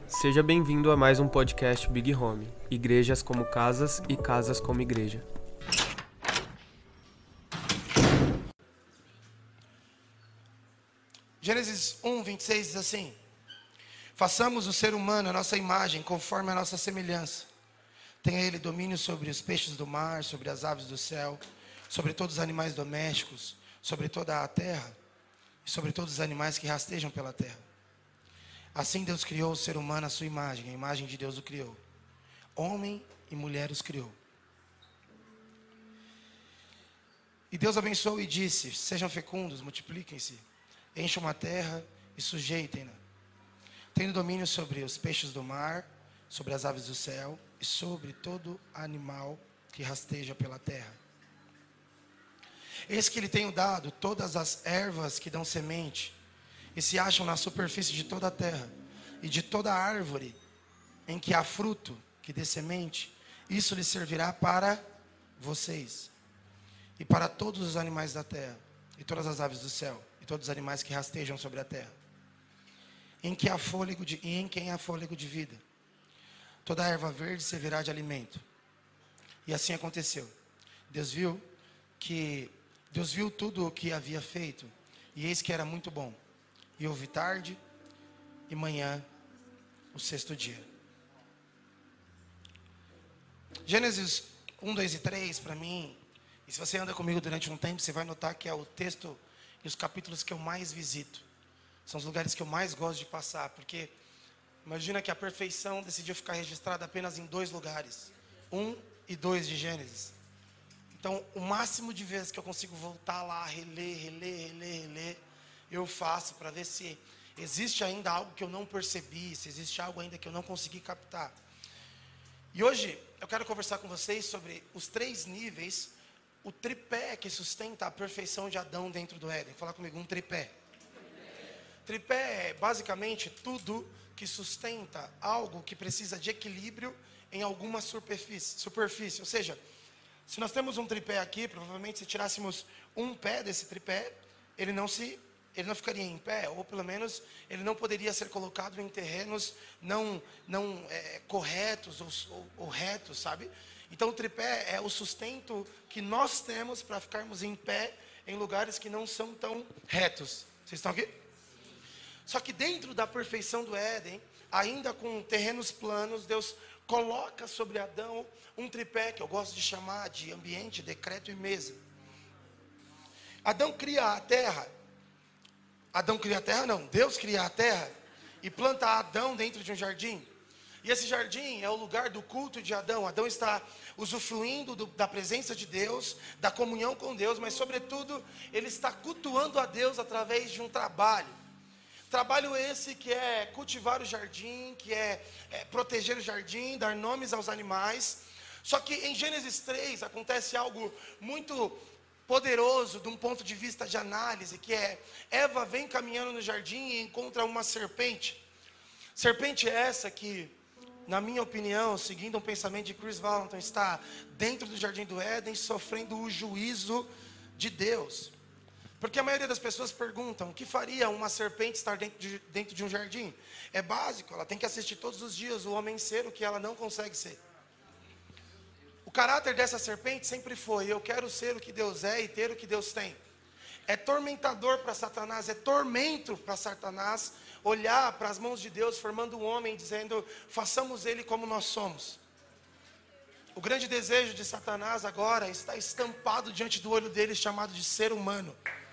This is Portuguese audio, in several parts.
Seja bem-vindo a mais um podcast Big Home, igrejas como casas e casas como igreja. Gênesis 1:26 diz assim: façamos o ser humano a nossa imagem, conforme a nossa semelhança. Tenha ele domínio sobre os peixes do mar, sobre as aves do céu, sobre todos os animais domésticos, sobre toda a terra, e sobre todos os animais que rastejam pela terra. Assim Deus criou o ser humano à sua imagem, a imagem de Deus o criou. Homem e mulher os criou. E Deus abençoou e disse: sejam fecundos, multipliquem-se, encham a terra e sujeitem-na, tendo domínio sobre os peixes do mar, sobre as aves do céu e sobre todo animal que rasteja pela terra. Eis que lhe tenho dado todas as ervas que dão semente e se acham na superfície de toda a terra, e de toda árvore em que há fruto que dê semente, isso lhe servirá para vocês, e para todos os animais da terra, e todas as aves do céu, e todos os animais que rastejam sobre a terra, em quem há fôlego de vida. Toda erva verde servirá de alimento. E assim aconteceu. Deus viu tudo o que havia feito, e eis que era muito bom. E houve tarde e manhã, o sexto dia. Gênesis 1, 2 e 3, para mim, e se você anda comigo durante um tempo, você vai notar que é o texto e os capítulos que eu mais visito. São os lugares que eu mais gosto de passar, porque imagina que a perfeição decidiu ficar registrada apenas em 2 lugares, 1 e 2 de Gênesis. Então, o máximo de vezes que eu consigo voltar lá, reler, eu faço para ver se existe ainda algo que eu não percebi, se existe algo ainda que eu não consegui captar. E hoje eu quero conversar com vocês sobre os 3 níveis, o tripé que sustenta a perfeição de Adão dentro do Éden. Fala comigo, um tripé. Tripé é basicamente tudo que sustenta algo que precisa de equilíbrio em alguma superfície. Ou seja, se nós temos um tripé aqui, provavelmente se tirássemos um pé desse tripé, ele não ficaria em pé, ou pelo menos ele não poderia ser colocado em terrenos não corretos ou retos, sabe? Então o tripé é o sustento que nós temos para ficarmos em pé em lugares que não são tão retos. Vocês estão aqui? Só que dentro da perfeição do Éden, ainda com terrenos planos, Deus coloca sobre Adão um tripé que eu gosto de chamar de ambiente, decreto e mesa. Adão cria a terra. Deus cria a terra e planta Adão dentro de um jardim. E esse jardim é o lugar do culto de Adão. Adão está usufruindo da presença de Deus, da comunhão com Deus, mas sobretudo ele está cultuando a Deus através de um trabalho. Trabalho esse que é cultivar o jardim, que é proteger o jardim, dar nomes aos animais. Só que em Gênesis 3 acontece algo muito poderoso de um ponto de vista de análise, que é Eva vem caminhando no jardim e encontra uma serpente. Serpente essa que, na minha opinião, seguindo um pensamento de Chris Valentin, está dentro do jardim do Éden, sofrendo o juízo de Deus. Porque a maioria das pessoas perguntam: o que faria uma serpente estar dentro de um jardim? É básico, ela tem que assistir todos os dias o homem ser o que ela não consegue ser. O caráter dessa serpente sempre foi: eu quero ser o que Deus é e ter o que Deus tem. É tormentador para Satanás, é tormento para Satanás olhar para as mãos de Deus formando um homem, dizendo: façamos ele como nós somos. O grande desejo de Satanás agora está estampado diante do olho dele, chamado de ser humano.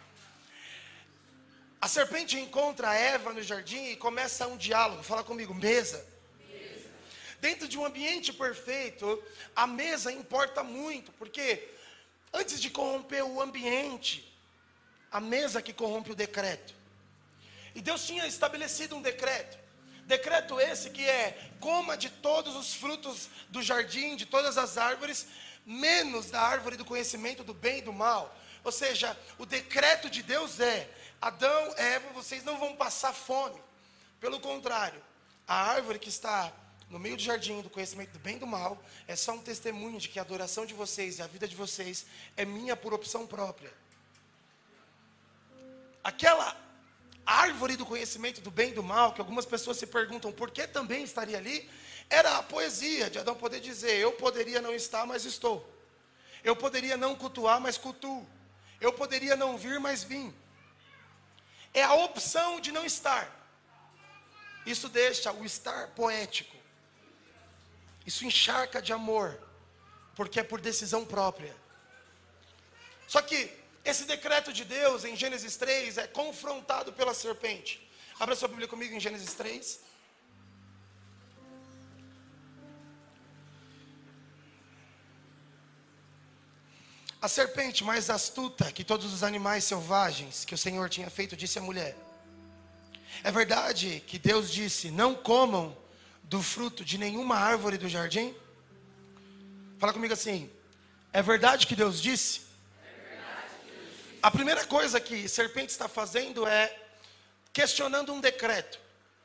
A serpente encontra Eva no jardim e começa um diálogo. Fala comigo, mesa. Dentro de um ambiente perfeito, a mesa importa muito, porque antes de corromper o ambiente, a mesa que corrompe o decreto. E Deus tinha estabelecido um decreto. Decreto esse que é: coma de todos os frutos do jardim, de todas as árvores, menos da árvore do conhecimento do bem e do mal. Ou seja, o decreto de Deus é: Adão, Eva, vocês não vão passar fome. Pelo contrário, a árvore que está no meio do jardim do conhecimento do bem e do mal é só um testemunho de que a adoração de vocês e a vida de vocês é minha por opção própria. Aquela árvore do conhecimento do bem e do mal, que algumas pessoas se perguntam por que também estaria ali, era a poesia de Adão poder dizer: eu poderia não estar, mas estou. Eu poderia não cultuar, mas cultuo. Eu poderia não vir, mas vim. É a opção de não estar. Isso deixa o estar poético. Isso encharca de amor, porque é por decisão própria. Só que esse decreto de Deus em Gênesis 3 é confrontado pela serpente. Abra sua Bíblia comigo em Gênesis 3. A serpente mais astuta que todos os animais selvagens que o Senhor tinha feito, disse à mulher: é verdade que Deus disse: não comam do fruto de nenhuma árvore do jardim? Fala comigo assim: é verdade que Deus disse? A primeira coisa que a serpente está fazendo é questionando um decreto.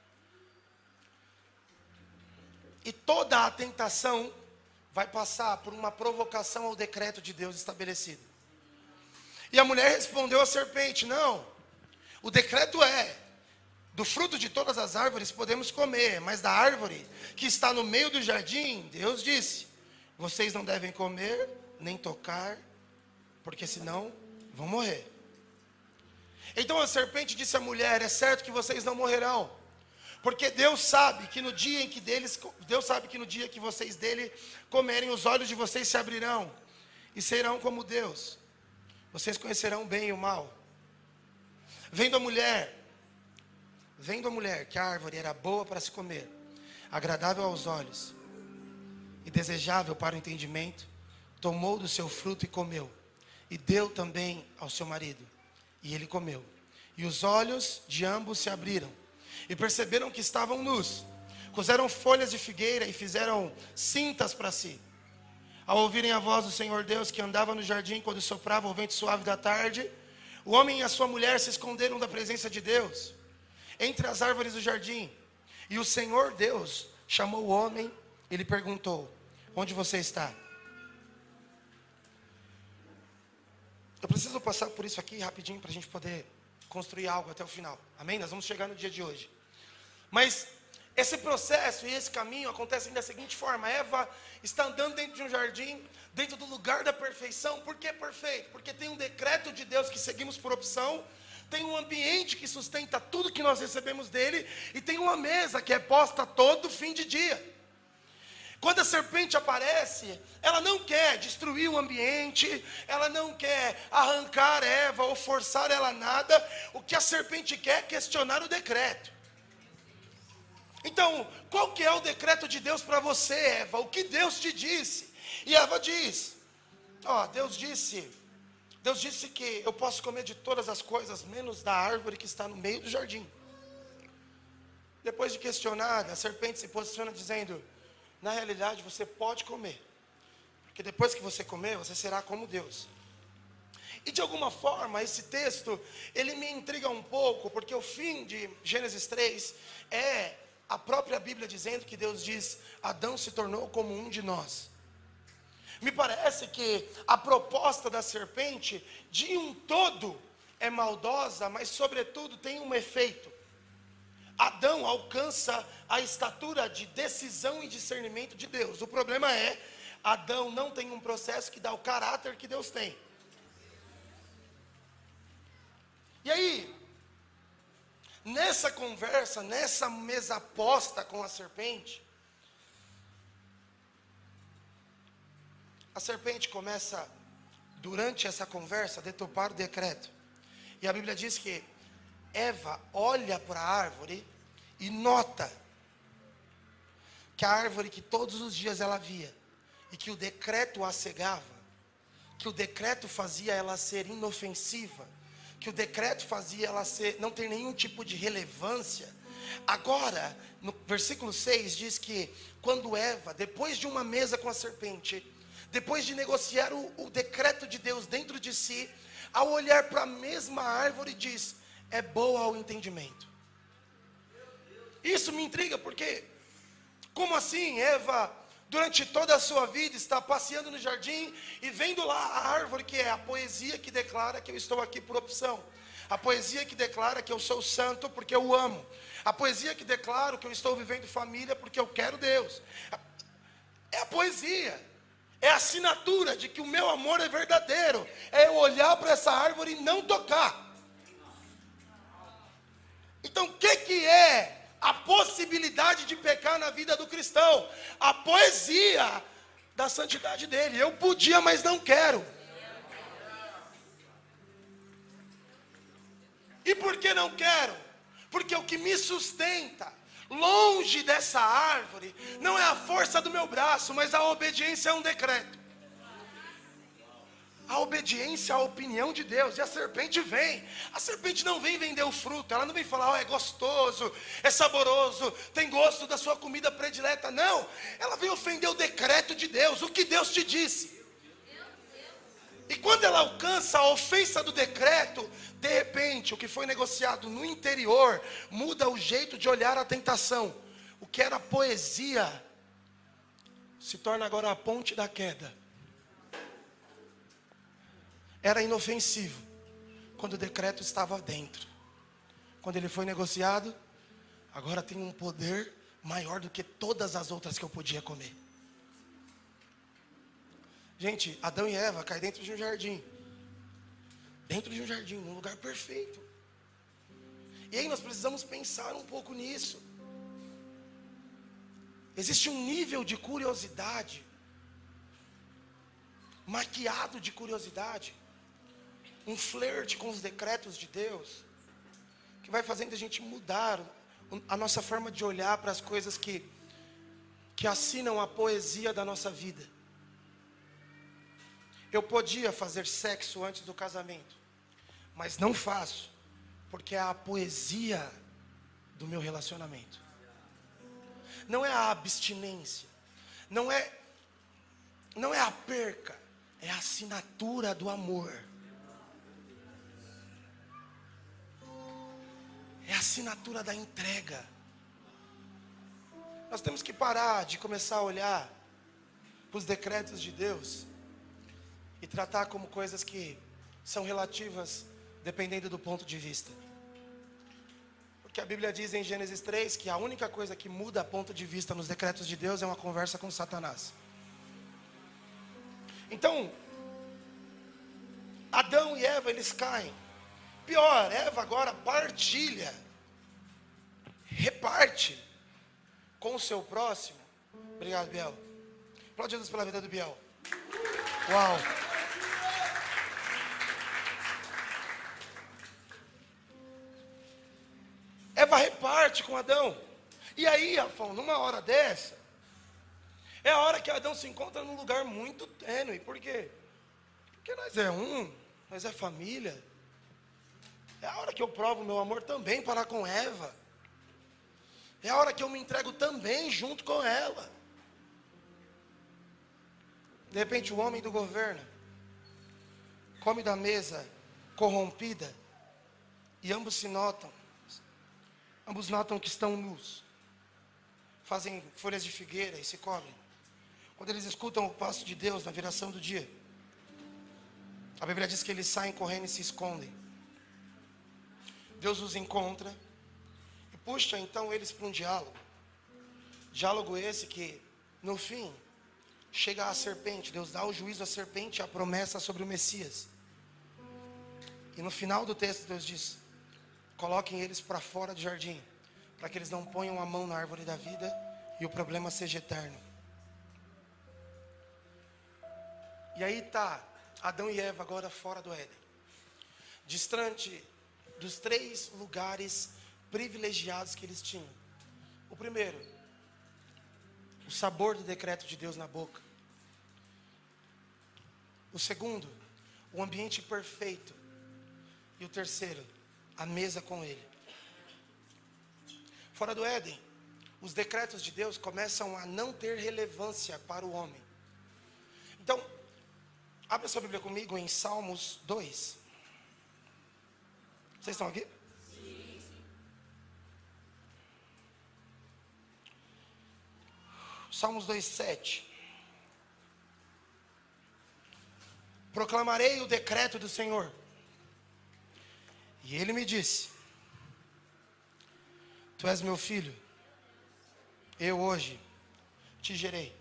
E toda a tentação vai passar por uma provocação ao decreto de Deus estabelecido. E a mulher respondeu à serpente: não, o decreto é: do fruto de todas as árvores podemos comer, mas da árvore que está no meio do jardim, Deus disse: vocês não devem comer, nem tocar, porque senão vão morrer. Então a serpente disse à mulher: é certo que vocês não morrerão, porque Deus sabe que no dia que vocês dele comerem, os olhos de vocês se abrirão e serão como Deus. Vocês conhecerão o bem e o mal. Vendo a mulher que a árvore era boa para se comer, agradável aos olhos e desejável para o entendimento, tomou do seu fruto e comeu, e deu também ao seu marido, e ele comeu. E os olhos de ambos se abriram, e perceberam que estavam nus. Coseram folhas de figueira e fizeram cintas para si. Ao ouvirem a voz do Senhor Deus, que andava no jardim quando soprava o vento suave da tarde, o homem e a sua mulher se esconderam da presença de Deus entre as árvores do jardim. E o Senhor Deus chamou o homem e lhe perguntou: onde você está? Eu preciso passar por isso aqui rapidinho para a gente poder construir algo até o final. Amém? Nós vamos chegar no dia de hoje. Mas esse processo e esse caminho acontecem da seguinte forma: Eva está andando dentro de um jardim, dentro do lugar da perfeição. Por que perfeito? Porque tem um decreto de Deus que seguimos por opção, tem um ambiente que sustenta tudo que nós recebemos dele, e tem uma mesa que é posta todo fim de dia. Quando a serpente aparece, ela não quer destruir o ambiente, ela não quer arrancar Eva ou forçar ela a nada. O que a serpente quer é questionar o decreto. Então, qual que é o decreto de Deus para você, Eva? O que Deus te disse? E Eva diz: Deus disse que eu posso comer de todas as coisas, menos da árvore que está no meio do jardim. Depois de questionada, a serpente se posiciona dizendo: na realidade você pode comer, porque depois que você comer, você será como Deus. E de alguma forma, esse texto, ele me intriga um pouco, porque o fim de Gênesis 3 é a própria Bíblia dizendo que Deus diz: Adão se tornou como um de nós. Me parece que a proposta da serpente, de um todo, é maldosa, mas sobretudo tem um efeito. Adão alcança a estatura de decisão e discernimento de Deus. O problema é, Adão não tem um processo que dá o caráter que Deus tem. E aí, nessa conversa, nessa mesa posta com a serpente começa, durante essa conversa, a deturpar o decreto. E a Bíblia diz que Eva olha para a árvore e nota que a árvore que todos os dias ela via, e que o decreto a cegava, que o decreto fazia ela ser inofensiva, que o decreto fazia ela não ter nenhum tipo de relevância. Agora, no versículo 6 diz que quando Eva, depois de uma mesa com a serpente, depois de negociar o decreto de Deus dentro de si, ao olhar para a mesma árvore diz: é boa ao entendimento. Isso me intriga, porque como assim Eva, durante toda a sua vida, está passeando no jardim e vendo lá a árvore, que é a poesia que declara que eu estou aqui por opção. A poesia que declara que eu sou santo porque eu amo. A poesia que declara que eu estou vivendo família porque eu quero Deus. É a poesia. É a assinatura de que o meu amor é verdadeiro. É eu olhar para essa árvore e não tocar. Então o que é a possibilidade de pecar na vida do cristão? A poesia da santidade dele. Eu podia, mas não quero. E por que não quero? Porque o que me sustenta longe dessa árvore não é a força do meu braço, mas a obediência a um decreto. A obediência à opinião de Deus. E a serpente vem. A serpente não vem vender o fruto. Ela não vem falar, é gostoso, é saboroso, tem gosto da sua comida predileta. Não. Ela vem ofender o decreto de Deus, o que Deus te disse. E quando ela alcança a ofensa do decreto, de repente, o que foi negociado no interior muda o jeito de olhar a tentação. O que era poesia se torna agora a ponte da queda. Era inofensivo quando o decreto estava dentro. Quando ele foi negociado, agora tem um poder maior do que todas as outras que eu podia comer. Gente, Adão e Eva caem dentro de um jardim. Dentro de um jardim, num lugar perfeito. E aí nós precisamos pensar um pouco nisso. Existe um nível de curiosidade, maquiado de curiosidade, um flerte com os decretos de Deus, que vai fazendo a gente mudar a nossa forma de olhar para as coisas que assinam a poesia da nossa vida. Eu podia fazer sexo antes do casamento, mas não faço, porque é a poesia do meu relacionamento. Não é a abstinência, não é a perca, é a assinatura do amor. É a assinatura da entrega. Nós temos que parar de começar a olhar para os decretos de Deus e tratar como coisas que são relativas dependendo do ponto de vista. Porque a Bíblia diz em Gênesis 3 que a única coisa que muda ponto de vista nos decretos de Deus é uma conversa com Satanás. Então, Adão e Eva, eles caem. Pior, Eva agora partilha, reparte com o seu próximo. Obrigado, Biel. Aplaude Jesus pela vida do Biel. Uau. Eva reparte com Adão. E aí, Rafão, numa hora dessa, é a hora que Adão se encontra num lugar muito tênue. Por quê? Porque nós é um, nós é família. É a hora que eu provo meu amor também para com Eva. É a hora que eu me entrego também junto com ela. De repente o homem do governo come da mesa corrompida e ambos se notam. Ambos notam que estão nus. Fazem folhas de figueira e se cobrem. Quando eles escutam o passo de Deus na viração do dia, a Bíblia diz que eles saem correndo e se escondem. Deus os encontra e puxa então eles para um diálogo. Diálogo esse que, no fim, chega à serpente. Deus dá o juízo à serpente e a promessa sobre o Messias. E no final do texto Deus diz: coloquem eles para fora do jardim, para que eles não ponham a mão na árvore da vida e o problema seja eterno. E aí está Adão e Eva agora fora do Éden, distante dos 3 lugares privilegiados que eles tinham. O primeiro, o sabor do decreto de Deus na boca. O segundo, o ambiente perfeito. E o terceiro, a mesa com Ele. Fora do Éden, os decretos de Deus começam a não ter relevância para o homem. Então, abra sua Bíblia comigo em Salmos 2. Vocês estão aqui? Sim. Salmos 2:7. Proclamarei o decreto do Senhor. E ele me disse: tu és meu filho, eu hoje te gerei.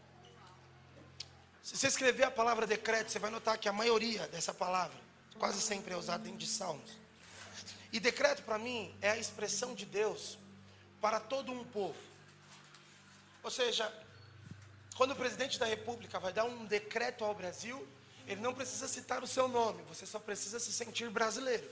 Se você escrever a palavra decreto, você vai notar que a maioria dessa palavra quase sempre é usada dentro de Salmos. E decreto para mim é a expressão de Deus para todo um povo. Ou seja, quando o presidente da República vai dar um decreto ao Brasil, ele não precisa citar o seu nome, você só precisa se sentir brasileiro.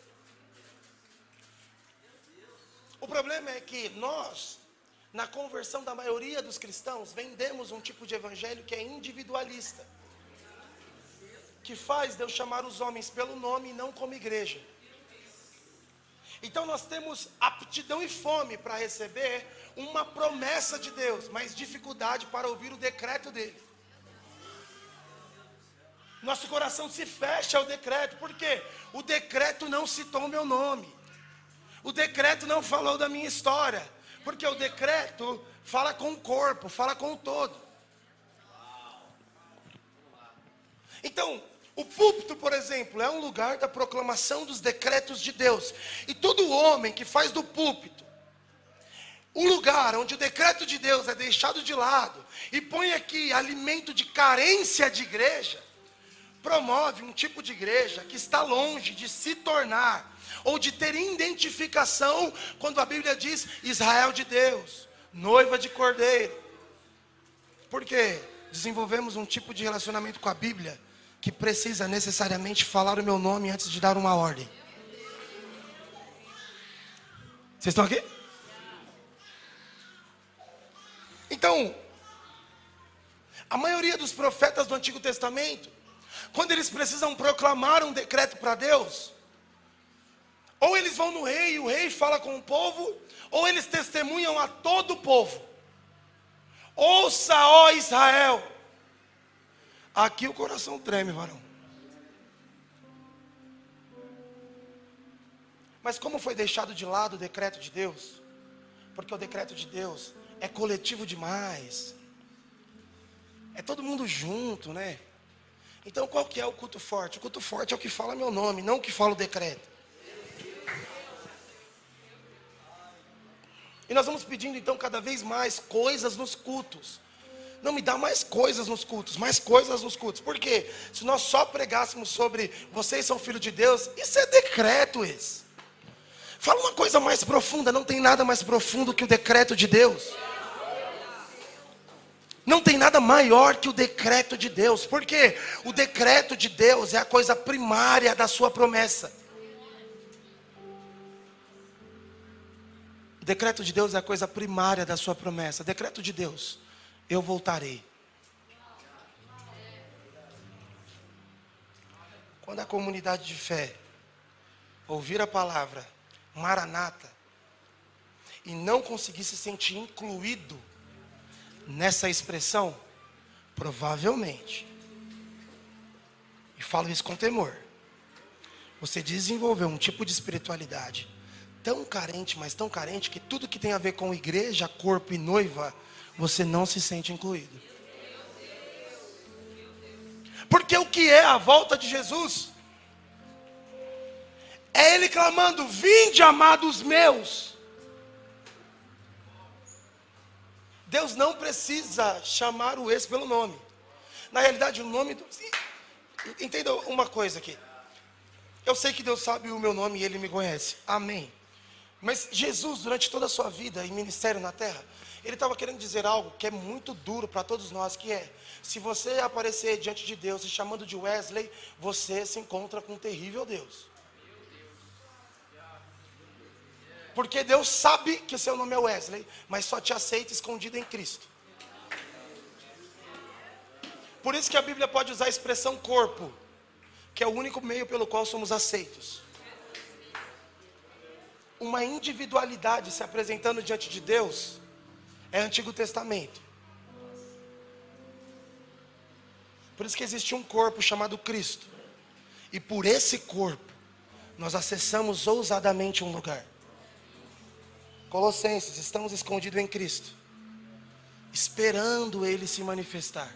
O problema é que nós, na conversão da maioria dos cristãos, vendemos um tipo de evangelho que é individualista, que faz Deus chamar os homens pelo nome e não como igreja. Então nós temos aptidão e fome para receber uma promessa de Deus, mas dificuldade para ouvir o decreto dele. Nosso coração se fecha ao decreto, porque o decreto não citou o meu nome. O decreto não falou da minha história, porque o decreto fala com o corpo, fala com o todo. Então, o púlpito, por exemplo, é um lugar da proclamação dos decretos de Deus. E todo homem que faz do púlpito um lugar onde o decreto de Deus é deixado de lado e põe aqui alimento de carência de igreja, promove um tipo de igreja que está longe de se tornar ou de ter identificação quando a Bíblia diz Israel de Deus, noiva de Cordeiro. Porque desenvolvemos um tipo de relacionamento com a Bíblia que precisa necessariamente falar o meu nome antes de dar uma ordem. Vocês estão aqui? Então, a maioria dos profetas do Antigo Testamento, quando eles precisam proclamar um decreto para Deus, ou eles vão no rei e o rei fala com o povo, ou eles testemunham a todo o povo. Ouça, ó Israel. Aqui o coração treme, varão. Mas como foi deixado de lado o decreto de Deus? Porque o decreto de Deus é coletivo demais. É todo mundo junto, né? Então qual que é o culto forte? O culto forte é o que fala meu nome, não o que fala o decreto. E nós vamos pedindo então cada vez mais coisas nos cultos. Não, me dá mais coisas nos cultos, mais coisas nos cultos. Por quê? Se nós só pregássemos sobre vocês são filhos de Deus, isso é decreto esse. Fala uma coisa mais profunda, não tem nada mais profundo que o decreto de Deus. Não tem nada maior que o decreto de Deus. Por quê? O decreto de Deus é a coisa primária da sua promessa. O decreto de Deus é a coisa primária da sua promessa. Decreto de Deus: eu voltarei. Quando a comunidade de fé ouvir a palavra Maranata e não conseguir se sentir incluído nessa expressão, provavelmente, e falo isso com temor, você desenvolveu um tipo de espiritualidade tão carente, mas tão carente, que tudo que tem a ver com igreja, corpo e noiva, você não se sente incluído. Porque o que é a volta de Jesus? É Ele clamando: vinde, amados meus. Deus não precisa chamar o ex pelo nome. Na realidade, o nome do... Entenda uma coisa aqui. Eu sei que Deus sabe o meu nome e Ele me conhece. Amém. Mas Jesus, durante toda a sua vida e ministério na terra, Ele estava querendo dizer algo que é muito duro para todos nós, que é: se você aparecer diante de Deus se chamando de Wesley, você se encontra com um terrível Deus. Porque Deus sabe que o seu nome é Wesley, mas só te aceita escondido em Cristo. Por isso que a Bíblia pode usar a expressão corpo, que é o único meio pelo qual somos aceitos. Uma individualidade se apresentando diante de Deus é Antigo Testamento. Por isso que existe um corpo chamado Cristo. E por esse corpo nós acessamos ousadamente um lugar. Colossenses: estamos escondidos em Cristo, esperando Ele se manifestar.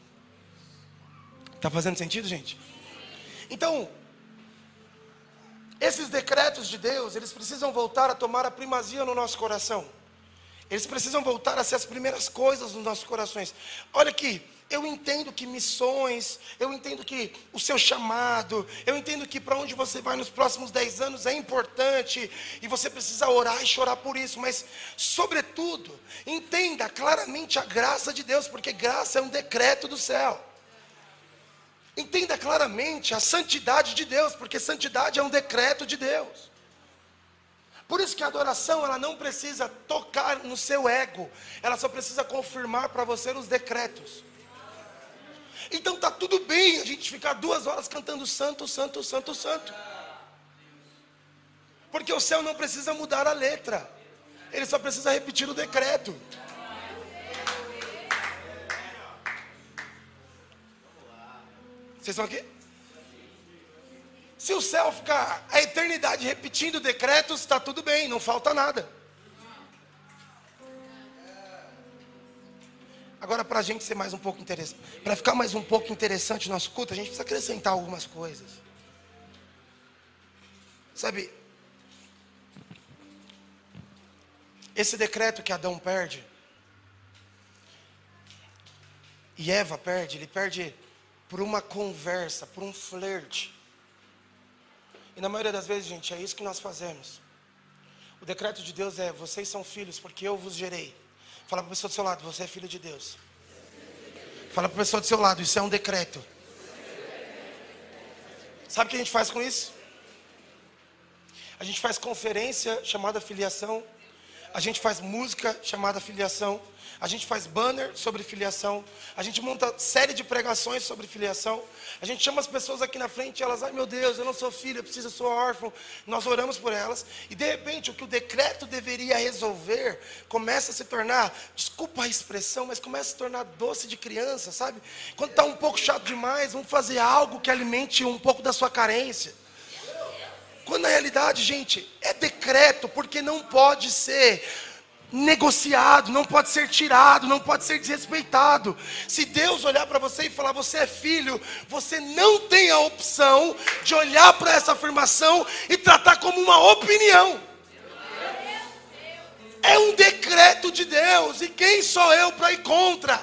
Está fazendo sentido, gente? Então, Esses decretos de Deus, eles precisam voltar a tomar a primazia no nosso coração. Eles precisam voltar a ser as primeiras coisas nos nossos corações. Olha aqui, eu entendo que missões, eu entendo que o seu chamado, eu entendo que para onde você vai nos próximos 10 anos é importante, e você precisa orar e chorar por isso, mas, sobretudo, entenda claramente a graça de Deus, porque graça é um decreto do céu. Entenda claramente a santidade de Deus, porque santidade é um decreto de Deus. Por isso que a adoração, ela não precisa tocar no seu ego, ela só precisa confirmar para você os decretos. Então está tudo bem a gente ficar 2 horas cantando santo, santo, santo, santo. Porque o céu não precisa mudar a letra, ele só precisa repetir o decreto. Vocês estão aqui? Se o céu ficar a eternidade repetindo decretos, está tudo bem, não falta nada. Agora, para a gente ser mais um pouco interessante, para ficar mais um pouco interessante o nosso culto, a gente precisa acrescentar algumas coisas. Sabe, esse decreto que Adão perde, e Eva perde, ele perde por uma conversa, por um flerte. E na maioria das vezes, gente, é isso que nós fazemos. O decreto de Deus é: vocês são filhos porque eu vos gerei. Fala para a pessoa do seu lado: você é filho de Deus. Fala para a pessoa do seu lado: isso é um decreto. Sabe o que a gente faz com isso? A gente faz conferência chamada filiação. A gente faz música chamada filiação. A gente faz banner sobre filiação. A gente monta série de pregações sobre filiação. A gente chama as pessoas aqui na frente e elas: ai meu Deus, eu não sou filho, eu sou órfão. Nós oramos por elas. E de repente o que o decreto deveria resolver começa a se tornar, desculpa a expressão, mas começa a se tornar doce de criança, sabe? Quando está um pouco chato demais, vamos fazer algo que alimente um pouco da sua carência. Quando na realidade, gente, é decreto, porque não pode ser negociado, não pode ser tirado, não pode ser desrespeitado. Se Deus olhar para você e falar: você é filho, você não tem a opção de olhar para essa afirmação e tratar como uma opinião. É um decreto de Deus, e quem sou eu para ir contra?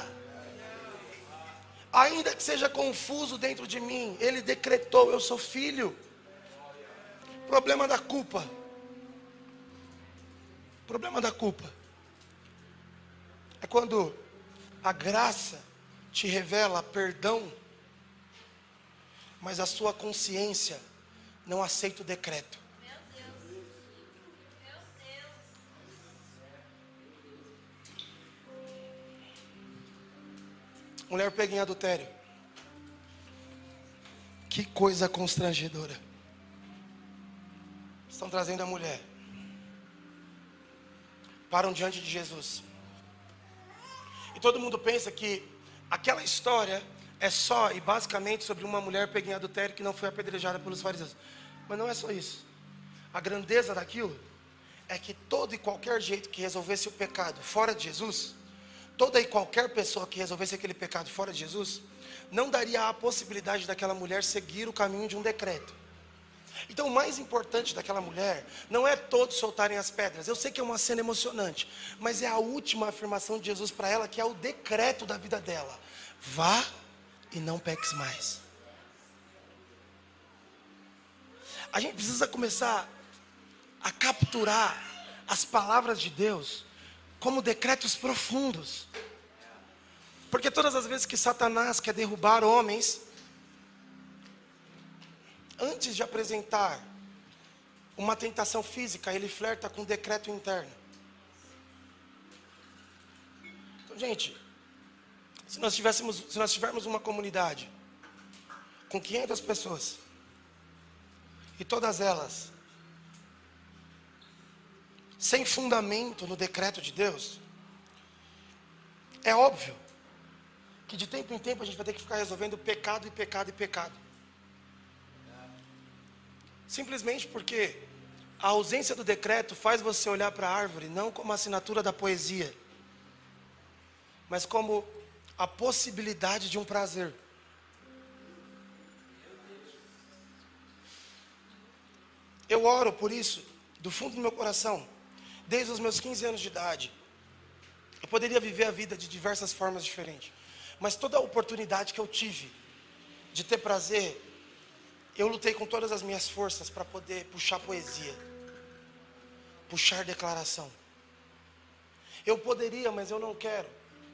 Ainda que seja confuso dentro de mim, Ele decretou: eu sou filho. Problema da culpa. Problema da culpa é quando a graça te revela perdão, mas a sua consciência não aceita o decreto. Mulher pega em adultério. Que coisa constrangedora. Estão trazendo a mulher. Param diante de Jesus. E todo mundo pensa que aquela história é só e basicamente sobre uma mulher pega em adultério que não foi apedrejada pelos fariseus. Mas não é só isso. A grandeza daquilo é que todo e qualquer jeito que resolvesse o pecado fora de Jesus, toda e qualquer pessoa que resolvesse aquele pecado fora de Jesus, não daria a possibilidade daquela mulher seguir o caminho de um decreto. Então o mais importante daquela mulher não é todos soltarem as pedras. Eu sei que é uma cena emocionante, mas é a última afirmação de Jesus para ela, que é o decreto da vida dela: vá e não peques mais. A gente precisa começar a capturar as palavras de Deus como decretos profundos. Porque todas as vezes que Satanás quer derrubar homens, antes de apresentar uma tentação física, ele flerta com um decreto interno. Então, gente, se nós tivermos uma comunidade com 500 pessoas, e todas elas sem fundamento no decreto de Deus, é óbvio que de tempo em tempo a gente vai ter que ficar resolvendo pecado e pecado e pecado. Simplesmente porque a ausência do decreto faz você olhar para a árvore não como a assinatura da poesia, mas como a possibilidade de um prazer. Eu oro por isso, do fundo do meu coração, desde os meus 15 anos de idade. Eu poderia viver a vida de diversas formas diferentes, mas toda a oportunidade que eu tive de ter prazer, eu lutei com todas as minhas forças para poder puxar poesia, puxar declaração. Eu poderia, mas eu não quero.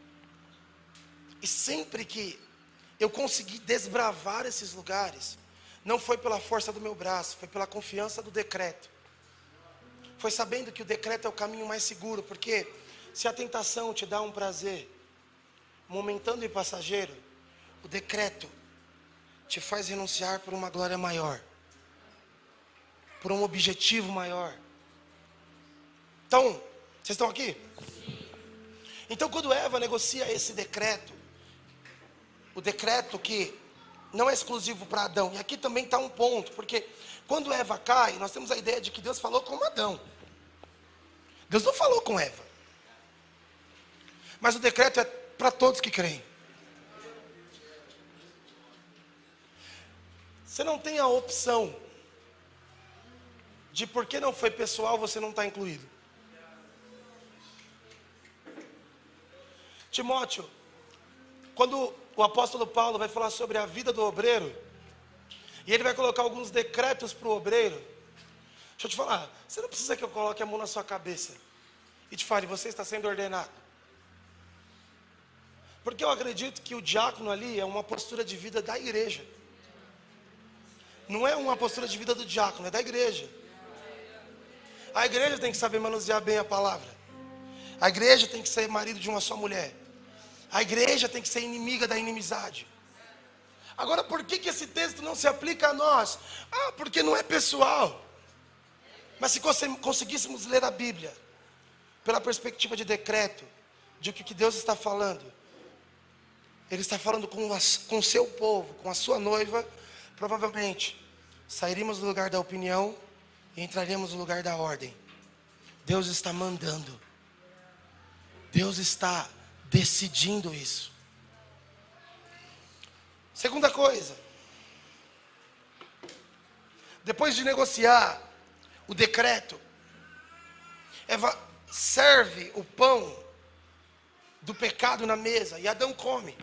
E sempre que eu consegui desbravar esses lugares, não foi pela força do meu braço, foi pela confiança do decreto. Foi sabendo que o decreto é o caminho mais seguro, porque se a tentação te dá um prazer momentâneo e passageiro, o decreto te faz renunciar por uma glória maior, por um objetivo maior. Então, vocês estão aqui? Então, quando Eva negocia esse decreto, o decreto que não é exclusivo para Adão, e aqui também está um ponto, porque quando Eva cai, nós temos a ideia de que Deus falou com Adão. Deus não falou com Eva. Mas o decreto é para todos que creem. Você não tem a opção de porque não foi pessoal, você não está incluído. Timóteo, quando o apóstolo Paulo vai falar sobre a vida do obreiro, e ele vai colocar alguns decretos para o obreiro, deixa eu te falar, você não precisa que eu coloque a mão na sua cabeça e te fale, você está sendo ordenado. Porque eu acredito que o diácono ali é uma postura de vida da igreja. Não é uma postura de vida do diácono, é da igreja. A igreja tem que saber manusear bem a palavra. A igreja tem que ser marido de uma só mulher. A igreja tem que ser inimiga da inimizade. Agora, por que esse texto não se aplica a nós? Porque não é pessoal. Mas se conseguíssemos ler a Bíblia pela perspectiva de decreto, de o que Deus está falando, Ele está falando com o seu povo, com a sua noiva, provavelmente sairíamos do lugar da opinião e entraríamos no lugar da ordem. Deus está mandando. Deus está decidindo isso. Segunda coisa, depois de negociar o decreto, Eva serve o pão do pecado na mesa e Adão come.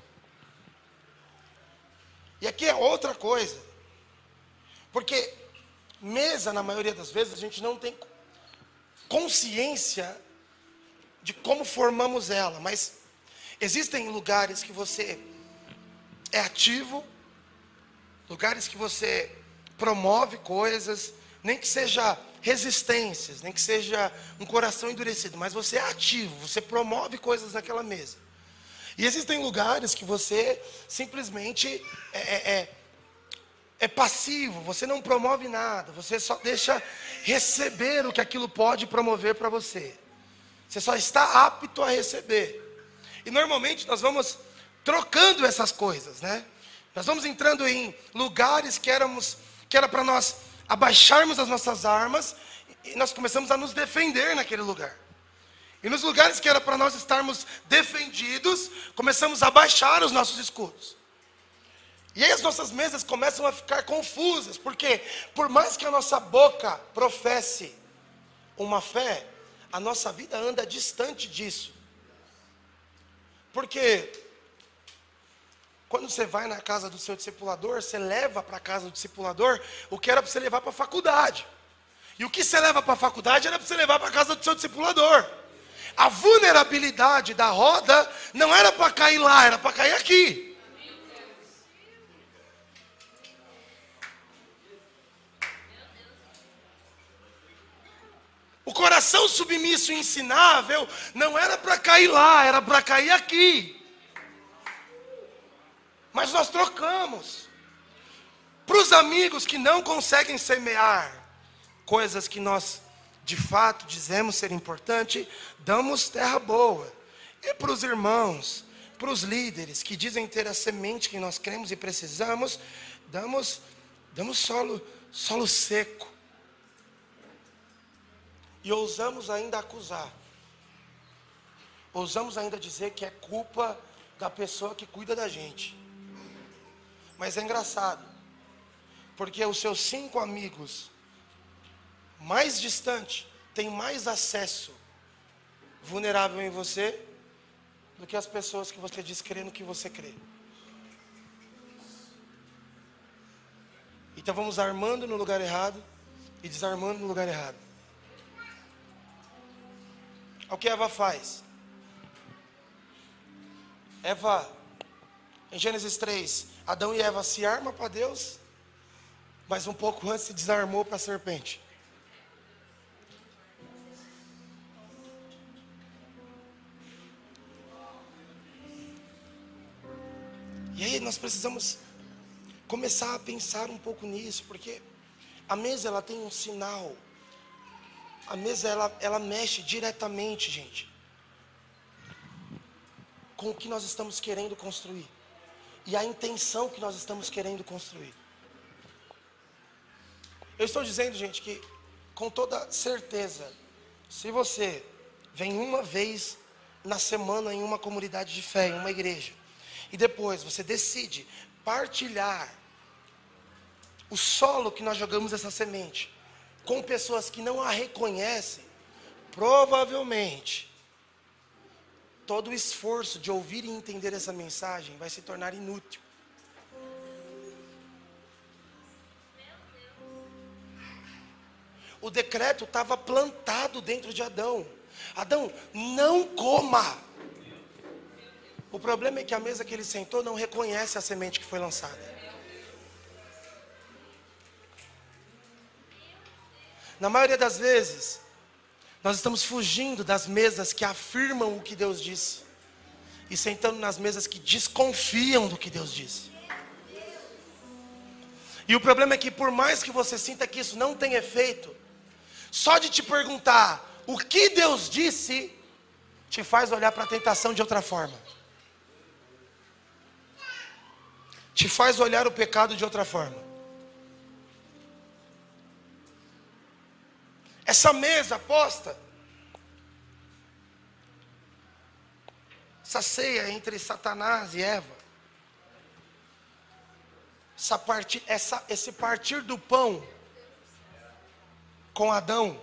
E aqui é outra coisa, porque mesa, na maioria das vezes, a gente não tem consciência de como formamos ela, mas existem lugares que você é ativo, lugares que você promove coisas, nem que seja resistências, nem que seja um coração endurecido, mas você é ativo, você promove coisas naquela mesa. E existem lugares que você simplesmente é passivo, você não promove nada, você só deixa receber o que aquilo pode promover para você. Você só está apto a receber. E normalmente nós vamos trocando essas coisas, né? Nós vamos entrando em lugares que era para nós abaixarmos as nossas armas, e nós começamos a nos defender naquele lugar. E nos lugares que era para nós estarmos defendidos, começamos a baixar os nossos escudos. E aí as nossas mesas começam a ficar confusas, porque por mais que a nossa boca professe uma fé, a nossa vida anda distante disso. Porque quando você vai na casa do seu discipulador, você leva para a casa do discipulador o que era para você levar para a faculdade. E o que você leva para a faculdade era para você levar para a casa do seu discipulador. A vulnerabilidade da roda não era para cair lá, era para cair aqui. O coração submisso e ensinável não era para cair lá, era para cair aqui. Mas nós trocamos. Para os amigos que não conseguem semear coisas que nós de fato dizemos ser importante, damos terra boa. E para os irmãos, para os líderes que dizem ter a semente que nós cremos e precisamos, damos solo seco. E ousamos ainda acusar. Ousamos ainda dizer que é culpa da pessoa que cuida da gente. Mas é engraçado, porque os seus 5 amigos mais distante, tem mais acesso vulnerável em você do que as pessoas que você diz crer no que você crê. Então vamos armando no lugar errado e desarmando no lugar errado. É o que Eva faz. Eva, em Gênesis 3, Adão e Eva se armam para Deus, mas um pouco antes se desarmou para a serpente. E aí nós precisamos começar a pensar um pouco nisso, porque a mesa ela tem um sinal. A mesa ela mexe diretamente, gente, com o que nós estamos querendo construir e a intenção que nós estamos querendo construir. Eu estou dizendo, gente, que com toda certeza, se você vem uma vez na semana em uma comunidade de fé, em uma igreja, e depois você decide partilhar o solo que nós jogamos essa semente com pessoas que não a reconhecem, provavelmente todo o esforço de ouvir e entender essa mensagem vai se tornar inútil. O decreto estava plantado dentro de Adão. Adão, não coma. O problema é que a mesa que ele sentou não reconhece a semente que foi lançada. Na maioria das vezes, nós estamos fugindo das mesas que afirmam o que Deus disse e sentando nas mesas que desconfiam do que Deus disse. E o problema é que por mais que você sinta que isso não tem efeito, só de te perguntar o que Deus disse, te faz olhar para a tentação de outra forma. Te faz olhar o pecado de outra forma. Essa mesa posta, essa ceia entre Satanás e Eva, esse partir do pão com Adão,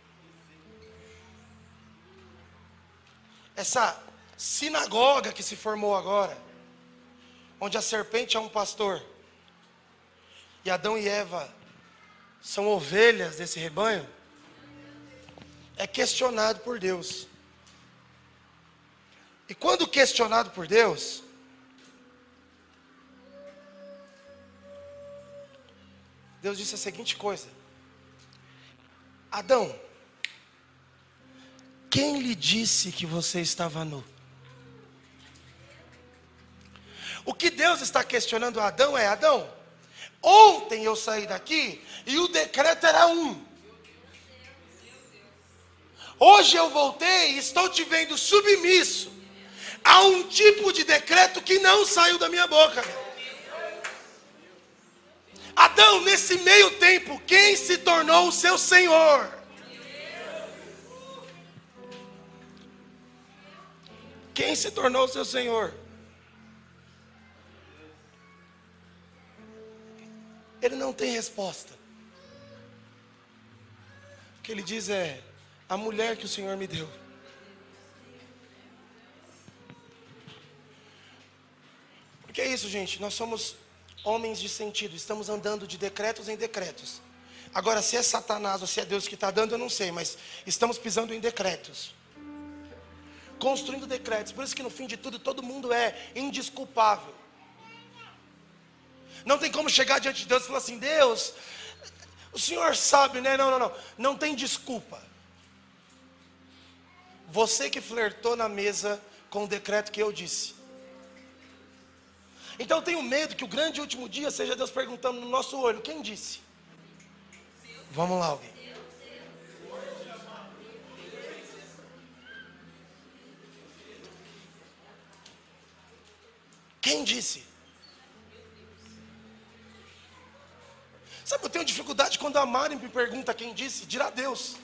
essa sinagoga que se formou agora, onde a serpente é um pastor e Adão e Eva são ovelhas desse rebanho, é questionado por Deus. E quando questionado por Deus, Deus disse a seguinte coisa: Adão, quem lhe disse que você estava nu? O que Deus está questionando a Adão é: Adão, ontem eu saí daqui e o decreto era um. Hoje eu voltei e estou te vendo submisso a um tipo de decreto que não saiu da minha boca. Adão, nesse meio tempo, quem se tornou o seu Senhor? Quem se tornou o seu Senhor? Ele não tem resposta. O que ele diz é: a mulher que o Senhor me deu. Porque é isso, gente, nós somos homens de sentido, estamos andando de decretos em decretos. Agora, se é Satanás ou se é Deus que está dando, eu não sei, mas estamos pisando em decretos, construindo decretos. Por isso que no fim de tudo, todo mundo é indesculpável. Não tem como chegar diante de Deus e falar assim: Deus, o Senhor sabe, né? Não tem desculpa. Você que flertou na mesa com o decreto que eu disse. Então eu tenho medo que o grande último dia seja Deus perguntando no nosso olho: quem disse? Vamos lá, alguém. Quem disse? Sabe, eu tenho dificuldade quando a Mari me pergunta quem disse, dirá Deus.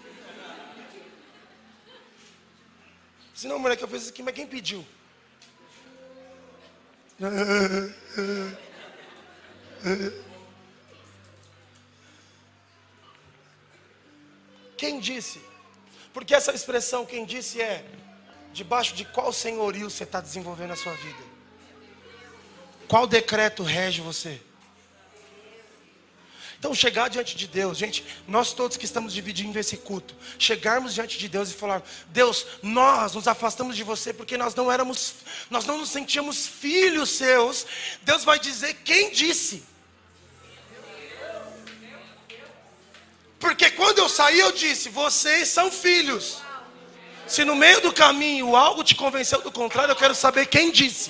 Se não, mulher, que eu fiz isso aqui, mas quem pediu? Quem disse? Porque essa expressão, quem disse, é debaixo de qual senhorio você está desenvolvendo a sua vida? Qual decreto rege você? Então chegar diante de Deus, gente, nós todos que estamos dividindo esse culto, chegarmos diante de Deus e falar: Deus, nós nos afastamos de você porque nós não nos sentíamos filhos seus. Deus vai dizer: quem disse? Porque quando eu saí eu disse: vocês são filhos. Se no meio do caminho algo te convenceu do contrário, eu quero saber quem disse.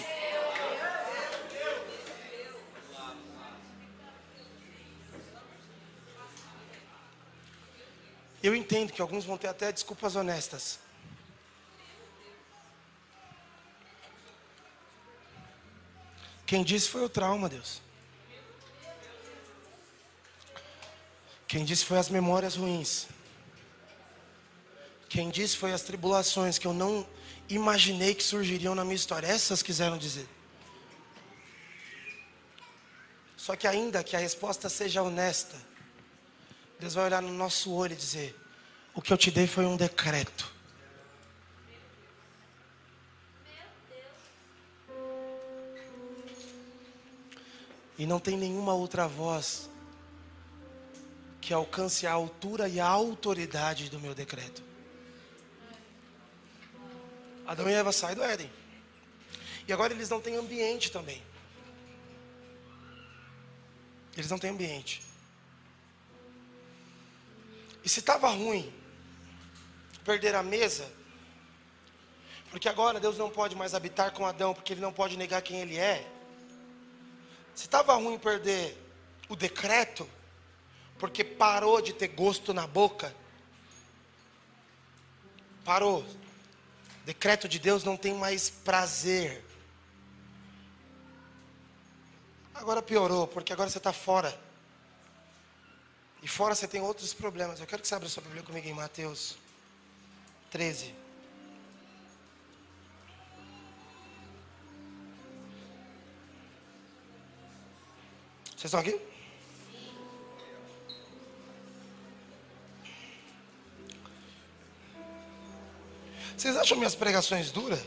Eu entendo que alguns vão ter até desculpas honestas. Quem disse foi o trauma, Deus. Quem disse foi as memórias ruins. Quem disse foi as tribulações que eu não imaginei que surgiriam na minha história. Essas quiseram dizer. Só que ainda que a resposta seja honesta, Deus vai olhar no nosso olho e dizer: o que eu te dei foi um decreto. E não tem nenhuma outra voz que alcance a altura e a autoridade do meu decreto. Adão e Eva saem do Éden. E agora eles não têm ambiente também. Eles não têm ambiente. E se estava ruim perder a mesa, porque agora Deus não pode mais habitar com Adão, porque ele não pode negar quem ele é. Se estava ruim perder o decreto, porque parou de ter gosto na boca, parou. Decreto de Deus não tem mais prazer. Agora piorou, porque agora você está fora. E fora você tem outros problemas. Eu quero que você abra sua Bíblia comigo em Mateus 13. Vocês estão aqui? Vocês acham minhas pregações duras?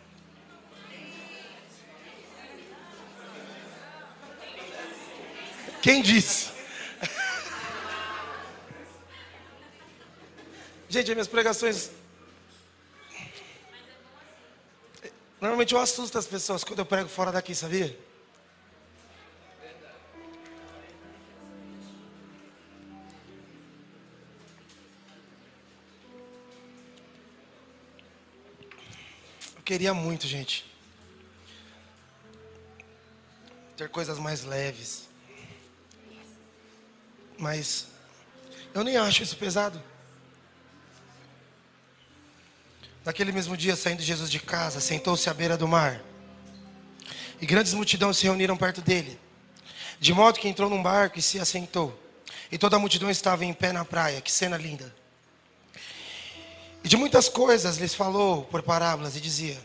Quem disse? Gente, as minhas pregações... Normalmente eu assusto as pessoas quando eu prego fora daqui, sabia? Eu queria muito, gente, ter coisas mais leves. Mas eu nem acho isso pesado. Naquele mesmo dia, saindo Jesus de casa, sentou-se à beira do mar. E grandes multidões se reuniram perto dele. De modo que entrou num barco e se assentou. E toda a multidão estava em pé na praia. Que cena linda. E de muitas coisas lhes falou por parábolas e dizia: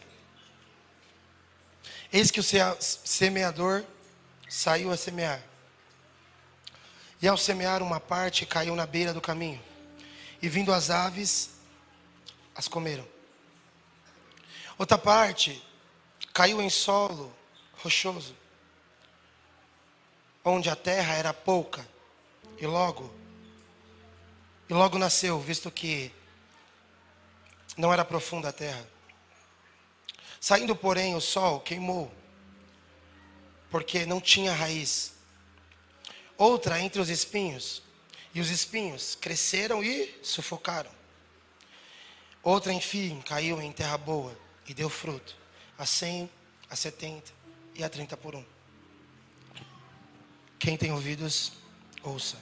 eis que o semeador saiu a semear. E ao semear uma parte caiu na beira do caminho. E vindo as aves, as comeram. Outra parte caiu em solo rochoso, onde a terra era pouca. E logo nasceu, visto que não era profunda a terra. Saindo, porém, o sol queimou, porque não tinha raiz. Outra entre os espinhos, e os espinhos cresceram e sufocaram. Outra, enfim, caiu em terra boa e deu fruto, a 100, a 70 e a 30 por 1. Quem tem ouvidos, ouça.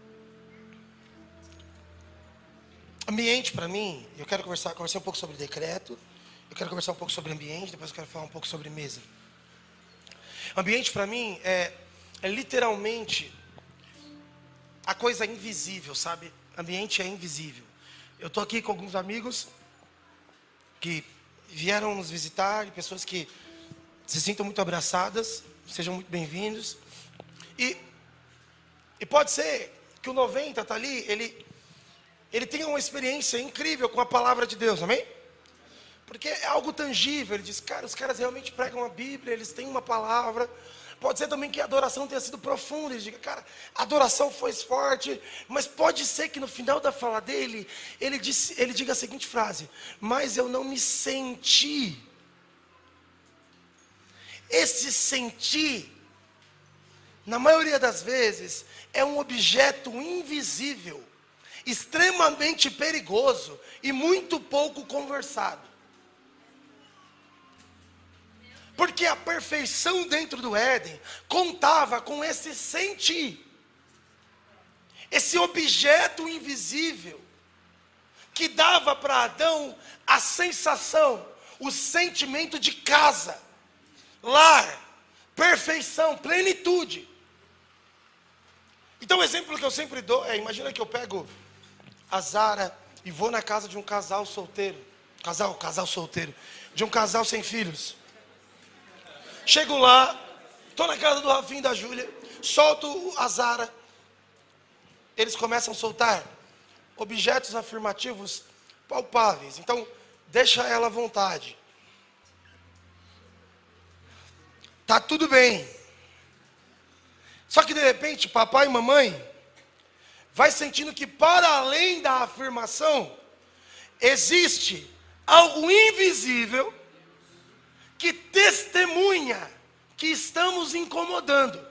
Ambiente, para mim, eu quero conversar um pouco sobre decreto, eu quero conversar um pouco sobre ambiente, depois eu quero falar um pouco sobre mesa. Ambiente, para mim, é literalmente a coisa invisível, sabe? Ambiente é invisível. Eu estou aqui com alguns amigos que vieram nos visitar, e pessoas que se sintam muito abraçadas, sejam muito bem-vindos. E pode ser que o 90 está ali, ele ele tenha uma experiência incrível com a palavra de Deus, amém? Porque é algo tangível. Ele diz, cara, os caras realmente pregam a Bíblia, eles têm uma palavra. Pode ser também que a adoração tenha sido profunda. Ele diga, cara, a adoração foi forte. Mas pode ser que no final da fala dele, ele diga a seguinte frase: mas eu não me senti. Esse sentir, na maioria das vezes, é um objeto invisível, extremamente perigoso e muito pouco conversado. Porque a perfeição dentro do Éden contava com esse sentir, esse objeto invisível, que dava para Adão a sensação, o sentimento de casa, lar, perfeição, plenitude. Então o exemplo que eu sempre dou é, imagina que eu pego a Zara e vou na casa de um casal solteiro, casal solteiro, de um casal sem filhos. Chego lá, estou na casa do Rafinha e da Júlia, solto a Zara, eles começam a soltar objetos afirmativos palpáveis. Então, deixa ela à vontade. Tá tudo bem. Só que de repente, papai e mamãe vai sentindo que para além da afirmação, existe algo invisível que testemunha que estamos incomodando.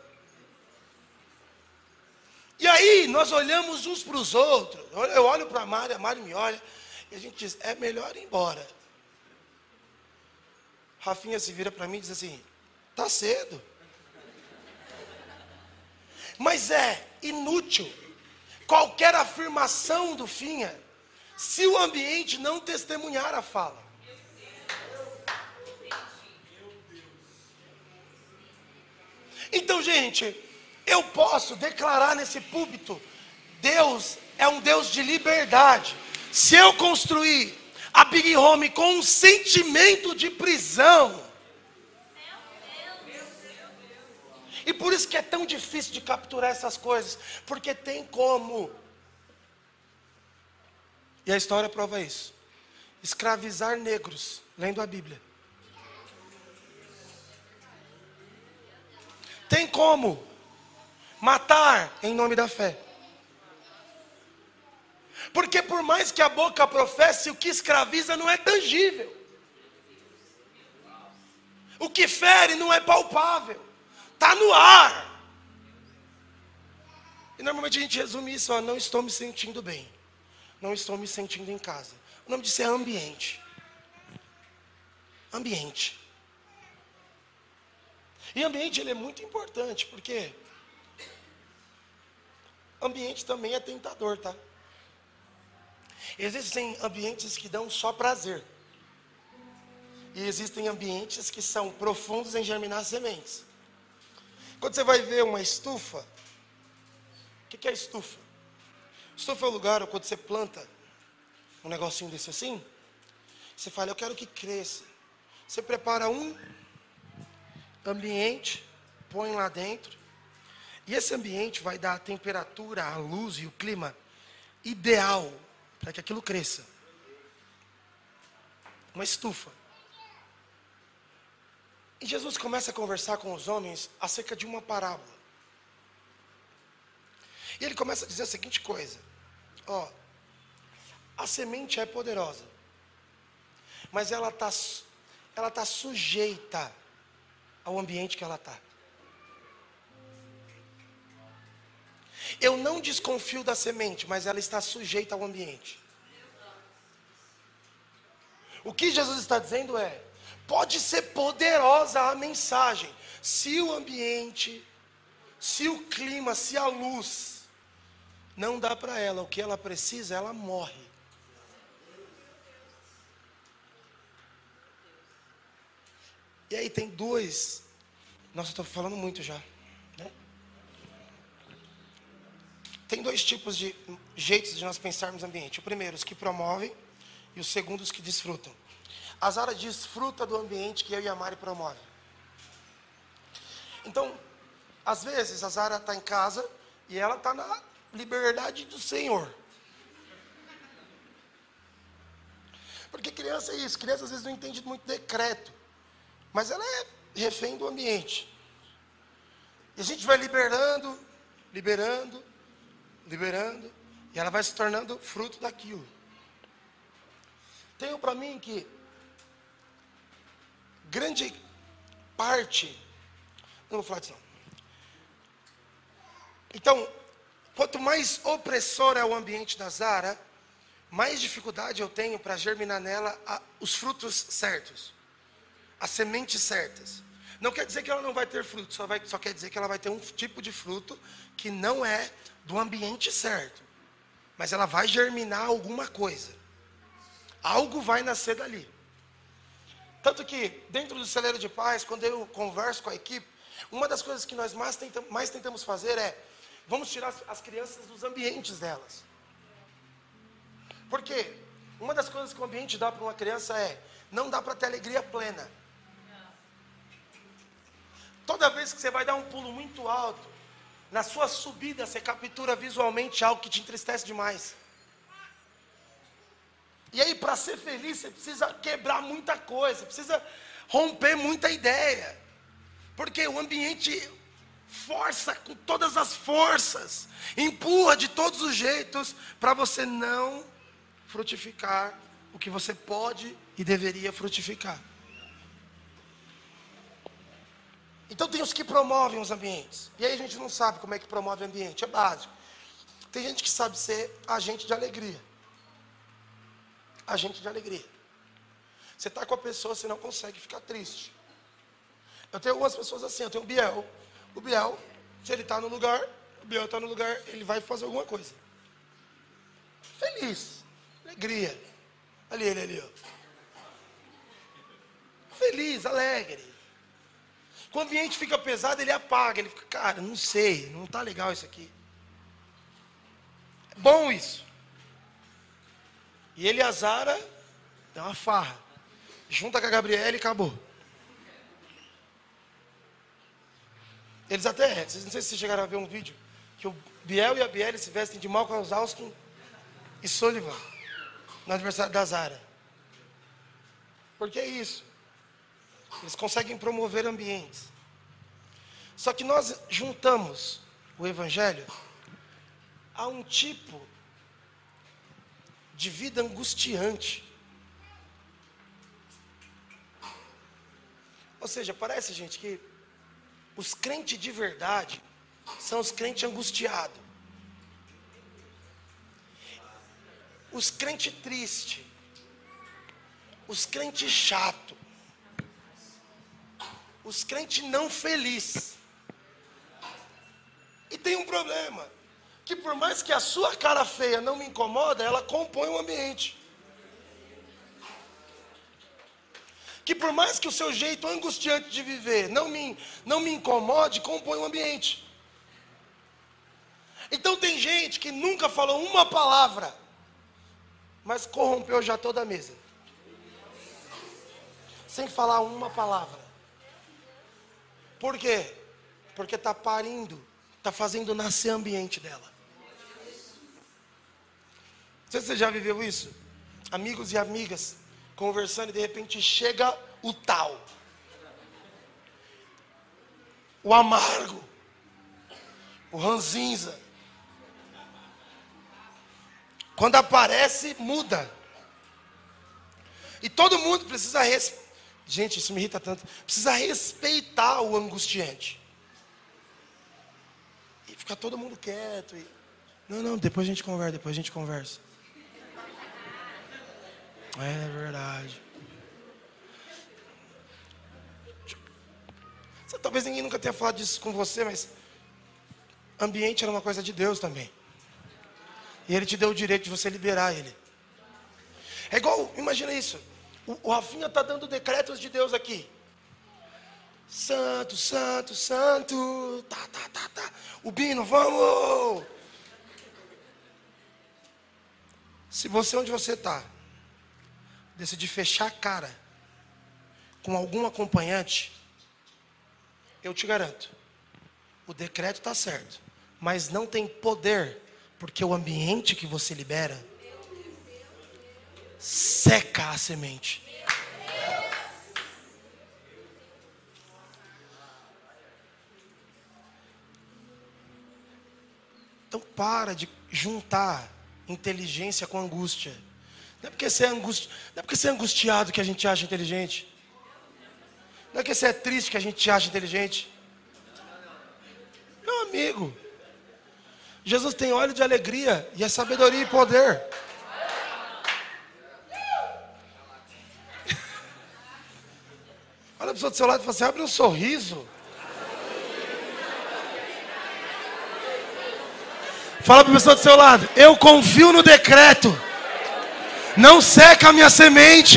E aí nós olhamos uns para os outros. Eu olho para a Mari me olha, e a gente diz, é melhor ir embora. Rafinha se vira para mim e diz assim, tá cedo. Mas é inútil qualquer afirmação do Finha se o ambiente não testemunhar a fala. Então, gente, eu posso declarar nesse púlpito, Deus é um Deus de liberdade. Se eu construir a Big Home com um sentimento de prisão, e por isso que é tão difícil de capturar essas coisas, porque tem como. E a história prova isso. Escravizar negros, lendo a Bíblia. Tem como matar em nome da fé. Porque por mais que a boca professe, o que escraviza não é tangível. O que fere não é palpável. Está no ar. E normalmente a gente resume isso, ó, não estou me sentindo bem. Não estou me sentindo em casa. O nome disso é ambiente. Ambiente. E ambiente ele é muito importante, porque ambiente também é tentador, tá? Existem ambientes que dão só prazer. E existem ambientes que são profundos em germinar sementes. Quando você vai ver uma estufa, o que é estufa? Estufa é o lugar quando você planta um negocinho desse assim, você fala, eu quero que cresça. Você prepara um ambiente, põe lá dentro, e esse ambiente vai dar a temperatura, a luz e o clima ideal para que aquilo cresça. Uma estufa. E Jesus começa a conversar com os homens acerca de uma parábola. E ele começa a dizer a seguinte coisa: ó, a semente é poderosa, mas ela tá sujeita ao ambiente que ela está. Eu não desconfio da semente, mas ela está sujeita ao ambiente. O que Jesus está dizendo é, pode ser poderosa a mensagem, se o ambiente, se o clima, se a luz não dá para ela o que ela precisa, ela morre. E aí tem dois. Nossa, eu estou falando muito já, né? Tem dois tipos de jeitos de nós pensarmos ambiente. O primeiro, os que promovem, e o segundo, os que desfrutam. A Zara desfruta do ambiente que eu e a Mari promove. Então, às vezes a Zara está em casa e ela está na liberdade do Senhor. Porque criança é isso, criança às vezes não entende muito decreto, mas ela é refém do ambiente. E a gente vai liberando, e ela vai se tornando fruto daquilo. Tenho para mim que grande parte, não vou falar disso não. Então, quanto mais opressor é o ambiente da Zara, mais dificuldade eu tenho para germinar nela os frutos certos, as sementes certas. Não quer dizer que ela não vai ter fruto, só quer dizer que ela vai ter um tipo de fruto que não é do ambiente certo. Mas ela vai germinar alguma coisa. Algo vai nascer dali. Tanto que, dentro do celeiro de paz, quando eu converso com a equipe, uma das coisas que nós mais tentamos fazer é, vamos tirar as crianças dos ambientes delas. Porque uma das coisas que o ambiente dá para uma criança é, não dá para ter alegria plena. Toda vez que você vai dar um pulo muito alto, na sua subida você captura visualmente algo que te entristece demais. E aí, para ser feliz, você precisa quebrar muita coisa, você precisa romper muita ideia. Porque o ambiente força com todas as forças, empurra de todos os jeitos, para você não frutificar o que você pode e deveria frutificar. Então tem os que promovem os ambientes. E aí a gente não sabe como é que promove o ambiente, é básico. Tem gente que sabe ser agente de alegria. Agente de alegria. Você está com a pessoa, você não consegue ficar triste. Eu tenho algumas pessoas assim, eu tenho o Biel. O Biel, se ele está no lugar, ele vai fazer alguma coisa. Feliz, alegria. Ele ali, ó. Feliz, alegre. Quando o ambiente fica pesado, ele apaga. Ele fica, cara, não sei, não está legal isso aqui. É bom isso. E ele e a Zara, dá uma farra. Junta com a Gabriela e acabou. Eles até, não sei se vocês chegaram a ver um vídeo, que o Biel e a Biele se vestem de Malcolm Austin e Sullivan, no aniversário da Zara. Porque é isso. Eles conseguem promover ambientes. Só que nós juntamos o Evangelho a um tipo de vida angustiante. Ou seja, parece, gente, que os crentes de verdade são os crentes angustiados. Os crentes tristes. Os crentes chatos. Os crentes não felizes. E tem um problema. Que por mais que a sua cara feia não me incomoda, ela compõe o ambiente. Que por mais que o seu jeito angustiante de viver não me incomode, compõe o ambiente. Então tem gente que nunca falou uma palavra, mas corrompeu já toda a mesa. Sem falar uma palavra. Por quê? Porque está parindo, está fazendo nascer ambiente dela. Não sei se você já viveu isso. Amigos e amigas conversando e de repente chega o tal. O amargo. O ranzinza. Quando aparece, muda. E todo mundo precisa Gente, isso me irrita tanto. Precisa respeitar o angustiante. E fica todo mundo quieto. Não, depois a gente conversa. É verdade. Talvez ninguém nunca tenha falado disso com você, mas ambiente era uma coisa de Deus também. E Ele te deu o direito de você liberar ele. É igual, imagina isso. O Rafinha está dando decretos de Deus aqui. Santo, santo, santo. Tá. O Bino, vamos. Se você, onde você está, decidir fechar a cara com algum acompanhante, eu te garanto, o decreto está certo, mas não tem poder, porque o ambiente que você libera seca a semente. Então para de juntar inteligência com angústia. Não é porque você é angustiado que a gente acha inteligente. Não é porque você é triste que a gente acha inteligente. Meu amigo, Jesus tem óleo de alegria e é sabedoria e poder. Olha a pessoa do seu lado e fala assim, abre um sorriso. Fala para a pessoa do seu lado, eu confio no decreto. Não seca a minha semente.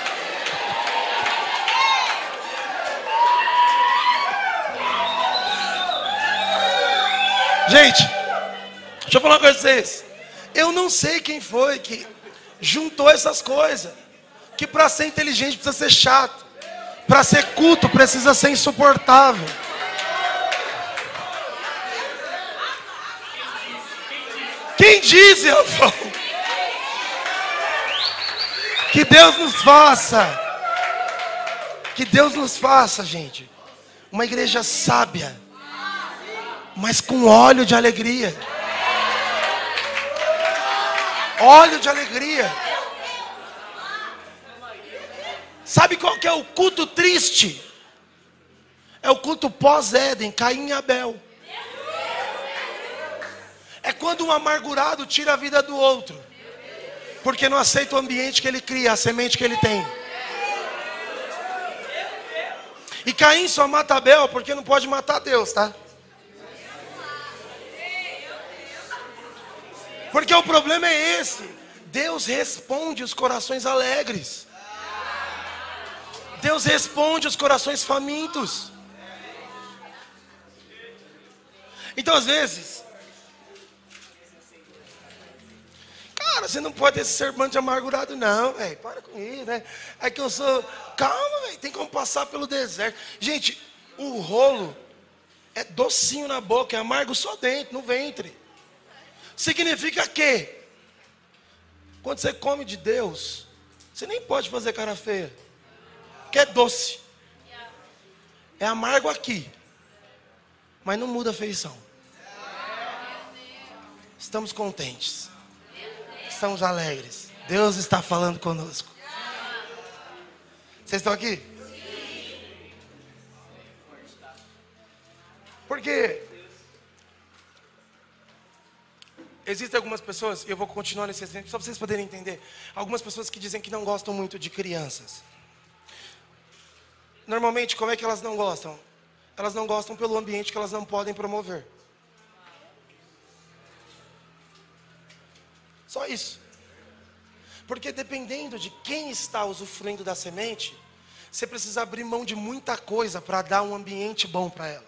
Gente, deixa eu falar uma coisa pra vocês. Eu não sei quem foi que juntou essas coisas. Que para ser inteligente precisa ser chato. Para ser culto precisa ser insuportável. Quem diz, Elfão? Que Deus nos faça. Que Deus nos faça, gente. Uma igreja sábia, mas com óleo de alegria. Óleo de alegria. Sabe qual que é o culto triste? É o culto pós-Éden, Caim e Abel. É quando um amargurado tira a vida do outro, porque não aceita o ambiente que ele cria, a semente que ele tem. E Caim só mata Abel porque não pode matar Deus, tá? Porque o problema é esse. Deus responde os corações alegres. Deus responde os corações famintos. Então às vezes, cara, você não pode ter esse sermão de amargurado não, velho. Para com isso, né? É que eu sou... Calma, velho. Tem como passar pelo deserto. Gente, o rolo é docinho na boca, é amargo só dentro, no ventre. Significa que quando você come de Deus, você nem pode fazer cara feia. Porque é doce. É amargo aqui, mas não muda a feição. Estamos contentes. Estamos alegres. Deus está falando conosco. Vocês estão aqui? Porque existem algumas pessoas, e eu vou continuar nesse exemplo, só para vocês poderem entender. Algumas pessoas que dizem que não gostam muito de crianças. Normalmente, como é que elas não gostam? Elas não gostam pelo ambiente que elas não podem promover. Só isso. Porque dependendo de quem está usufruindo da semente, você precisa abrir mão de muita coisa para dar um ambiente bom para ela.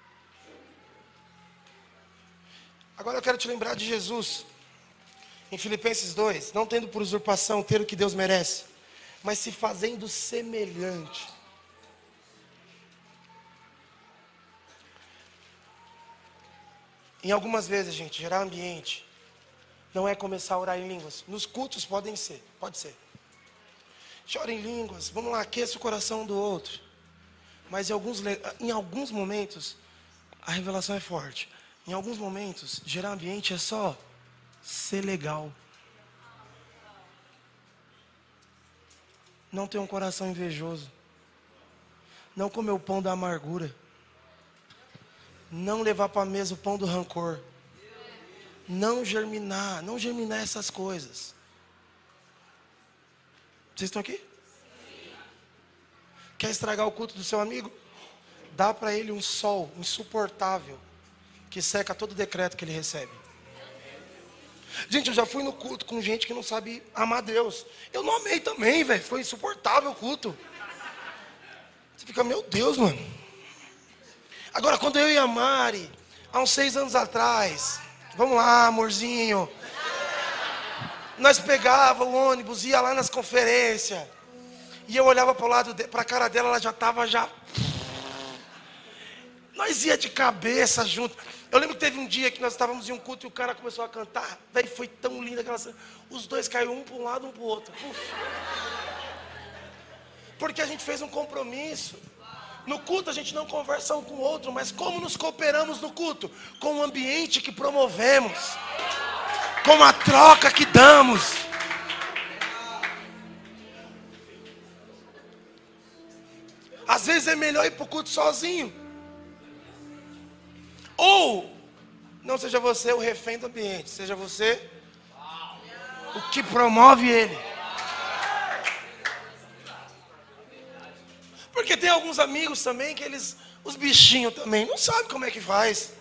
Agora eu quero te lembrar de Jesus. Em Filipenses 2, não tendo por usurpação ter o que Deus merece, mas se fazendo semelhante. Em algumas vezes, gente, gerar ambiente não é começar a orar em línguas. Nos cultos pode ser. Chora em línguas, vamos lá, aqueça o coração do outro. Mas em alguns momentos, a revelação é forte. Em alguns momentos, gerar ambiente é só ser legal. Não ter um coração invejoso. Não comer o pão da amargura. Não levar para a mesa o pão do rancor. Não germinar essas coisas. Vocês estão aqui? Quer estragar o culto do seu amigo? Dá para ele um sol insuportável que seca todo o decreto que ele recebe. Gente, eu já fui no culto com gente que não sabe amar Deus. Eu não amei também, velho. Foi insuportável o culto. Você fica, meu Deus, mano. Agora, quando eu e a Mari, há uns 6 anos atrás, vamos lá, amorzinho. Nós pegava o ônibus, ia lá nas conferências. E eu olhava para a cara dela, ela já estava Nós ia de cabeça junto. Eu lembro que teve um dia que nós estávamos em um culto e o cara começou a cantar. Daí foi tão linda aquela cena. Os dois caíram um para um lado, um para o outro. Puf. Porque a gente fez um compromisso. No culto a gente não conversa um com o outro, mas como nos cooperamos no culto? Com o ambiente que promovemos, com a troca que damos. Às vezes é melhor ir para o culto sozinho. Ou, não seja você o refém do ambiente, seja você o que promove ele. Porque tem alguns amigos também que eles, os bichinhos também, não sabem como é que faz.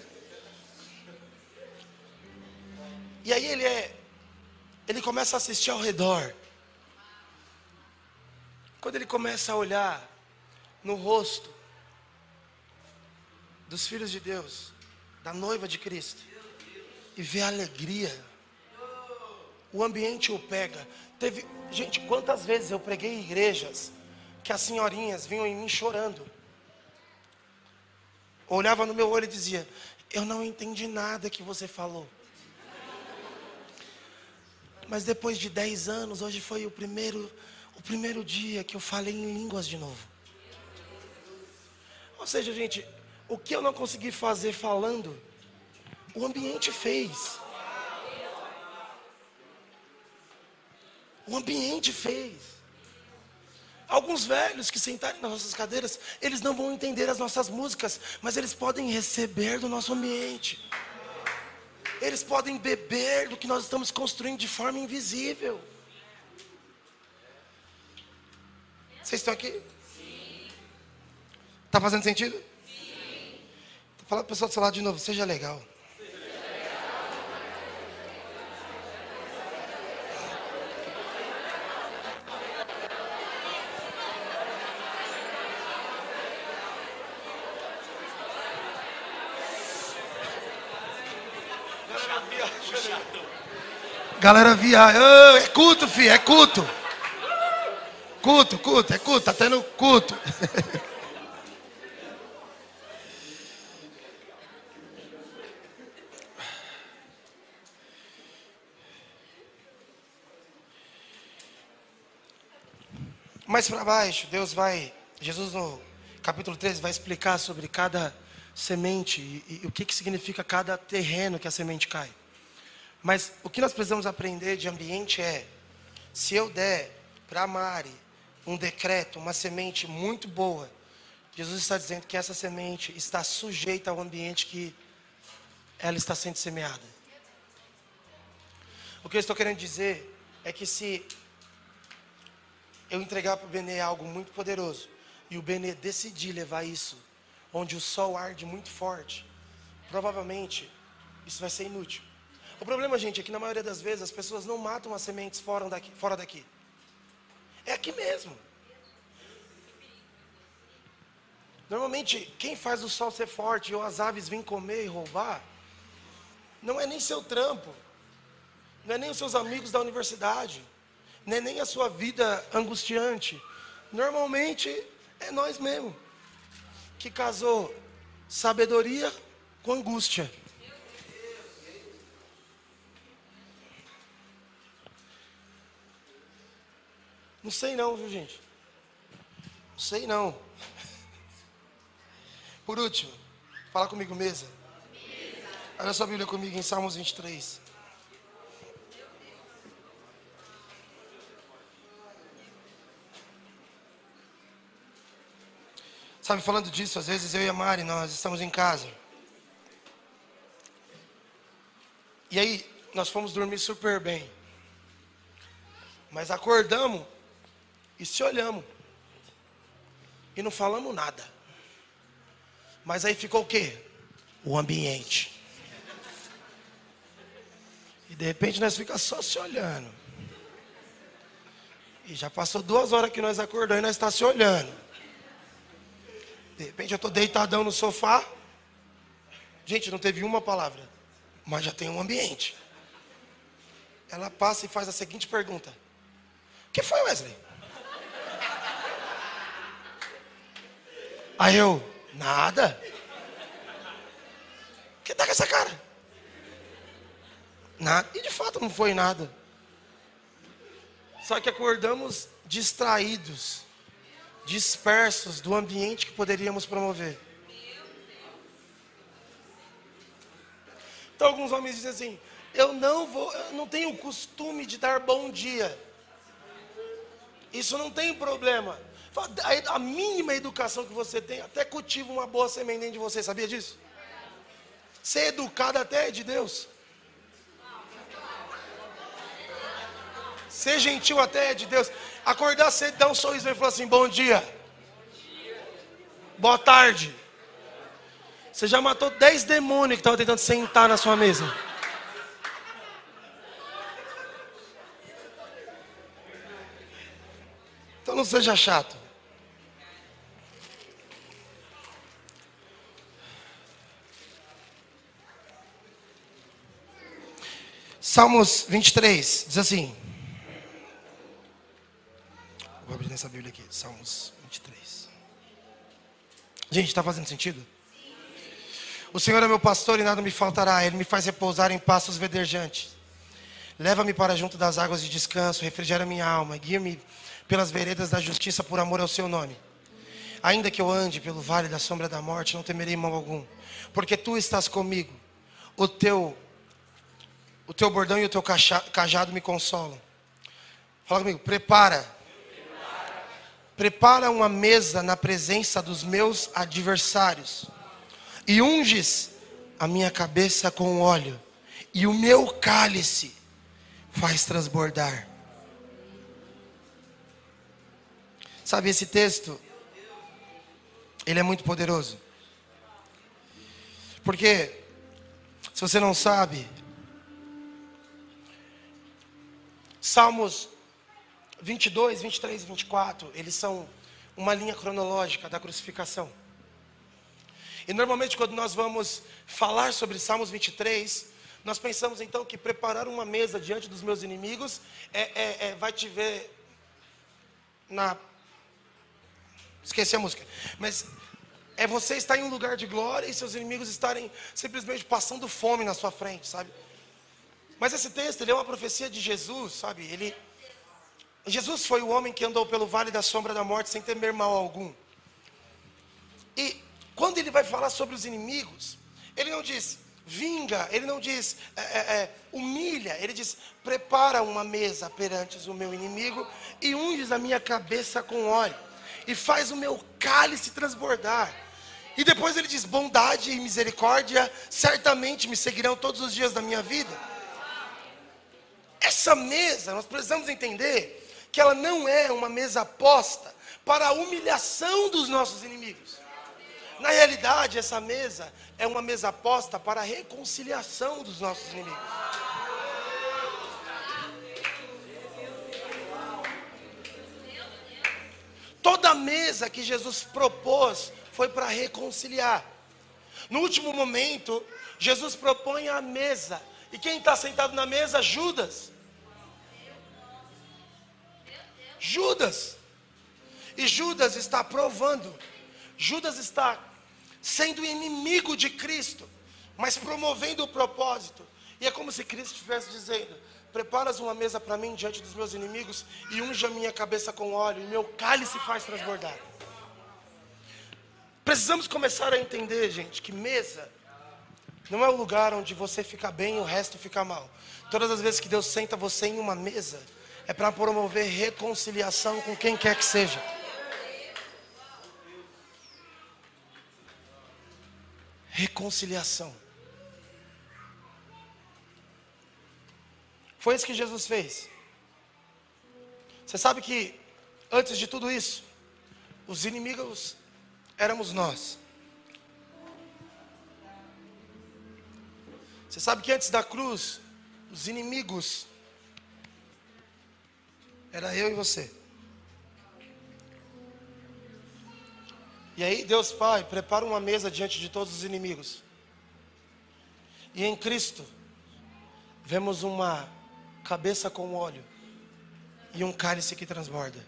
E aí ele começa a assistir ao redor. Quando ele começa a olhar no rosto dos filhos de Deus, da noiva de Cristo, e vê a alegria, o ambiente o pega. Gente, quantas vezes eu preguei em igrejas que as senhorinhas vinham em mim chorando, olhava no meu olho e dizia: eu não entendi nada que você falou, mas depois de 10 anos, hoje foi o primeiro dia que eu falei em línguas de novo. Ou seja, gente, o que eu não consegui fazer falando, o ambiente fez. O ambiente fez. Alguns velhos que sentarem nas nossas cadeiras, eles não vão entender as nossas músicas, mas eles podem receber do nosso ambiente. Eles podem beber do que nós estamos construindo de forma invisível. Vocês estão aqui? Sim. Está fazendo sentido? Sim. Fala para o pessoal do seu lado de novo, seja legal. Galera viaja. Oh, é culto, filho, é culto. Culto, é culto, tá tendo culto. Mais para baixo, Jesus no capítulo 13 vai explicar sobre cada semente e o que significa cada terreno que a semente cai. Mas o que nós precisamos aprender de ambiente é, se eu der para a Mari um decreto, uma semente muito boa, Jesus está dizendo que essa semente está sujeita ao ambiente que ela está sendo semeada. O que eu estou querendo dizer é que se eu entregar para o Benê algo muito poderoso, e o Benê decidir levar isso, onde o sol arde muito forte, provavelmente isso vai ser inútil. O problema, gente, é que na maioria das vezes as pessoas não matam as sementes fora daqui. É aqui mesmo. Normalmente, quem faz o sol ser forte ou as aves virem comer e roubar, não é nem seu trampo, não é nem os seus amigos da universidade, não é nem a sua vida angustiante. Normalmente, é nós mesmo, que casou sabedoria com angústia. Não sei não, viu, gente? Não sei não. Por último, fala comigo, mesa. Olha sua Bíblia comigo em Salmos 23. Sabe, falando disso, às vezes eu e a Mari, nós estamos em casa. E aí, nós fomos dormir super bem. Mas acordamos e se olhamos. E não falamos nada. Mas aí ficou o quê? O ambiente. E de repente nós ficamos só se olhando. E já passou 2 horas que nós acordamos e nós estamos se olhando. De repente eu estou deitadão no sofá. Gente, não teve uma palavra, mas já tem um ambiente. Ela passa e faz a seguinte pergunta: o que foi, Wesley? Aí eu, nada. tá com essa cara? Nada. E de fato não foi nada. Só que acordamos distraídos, dispersos do ambiente que poderíamos promover. Então alguns homens dizem assim: eu não tenho o costume de dar bom dia. Isso não tem problema. A mínima educação que você tem até cultiva uma boa semente dentro de você, sabia disso? Ser educado até é de Deus. Ser gentil até é de Deus. Acordar cedo, dar um sorriso e falar assim: bom dia. Boa tarde. Você já matou 10 demônios que estavam tentando sentar na sua mesa. Então não seja chato. Salmos 23 diz assim. Vou abrir nessa Bíblia aqui. Salmos 23. Gente, está fazendo sentido? O Senhor é meu pastor e nada me faltará. Ele me faz repousar em pastos verdejantes. Leva-me para junto das águas de descanso. Refrigera minha alma. Guia-me pelas veredas da justiça por amor ao seu nome. Ainda que eu ande pelo vale da sombra da morte, não temerei mal algum. Porque tu estás comigo. O teu bordão e o teu cajado me consolam. Fala comigo. Prepara uma mesa na presença dos meus adversários. E unges a minha cabeça com óleo. E o meu cálice faz transbordar. Sabe, esse texto, ele é muito poderoso. Porque, se você não sabe, Salmos 22, 23 e 24, eles são uma linha cronológica da crucificação. E normalmente quando nós vamos falar sobre Salmos 23, nós pensamos então que preparar uma mesa diante dos meus inimigos vai te ver na... Esqueci a música. Mas é você estar em um lugar de glória e seus inimigos estarem simplesmente passando fome na sua frente, sabe? Mas esse texto, ele é uma profecia de Jesus, sabe? Jesus foi o homem que andou pelo vale da sombra da morte sem temer mal algum. E quando ele vai falar sobre os inimigos, ele não diz vinga, ele não diz humilha, ele diz prepara uma mesa perante o meu inimigo e unges a minha cabeça com óleo e faz o meu cálice transbordar. E depois ele diz bondade e misericórdia certamente me seguirão todos os dias da minha vida. Essa mesa, nós precisamos entender que ela não é uma mesa posta para a humilhação dos nossos inimigos. Na realidade, essa mesa é uma mesa posta para a reconciliação dos nossos inimigos. Toda mesa que Jesus propôs foi para reconciliar. No último momento, Jesus propõe a mesa. E quem está sentado na mesa? Judas. Judas. E Judas está provando. Judas está sendo inimigo de Cristo, mas promovendo o propósito. E é como se Cristo estivesse dizendo: preparas uma mesa para mim diante dos meus inimigos e unge a minha cabeça com óleo e meu cálice faz transbordar. Precisamos começar a entender, gente, que mesa não é o lugar onde você fica bem e o resto fica mal. Todas as vezes que Deus senta você em uma mesa, é para promover reconciliação com quem quer que seja. Reconciliação. Foi isso que Jesus fez. Você sabe que antes de tudo isso, os inimigos éramos nós. Você sabe que antes da cruz, os inimigos era eu e você. E aí Deus Pai prepara uma mesa diante de todos os inimigos. E em Cristo vemos uma cabeça com óleo e um cálice que transborda.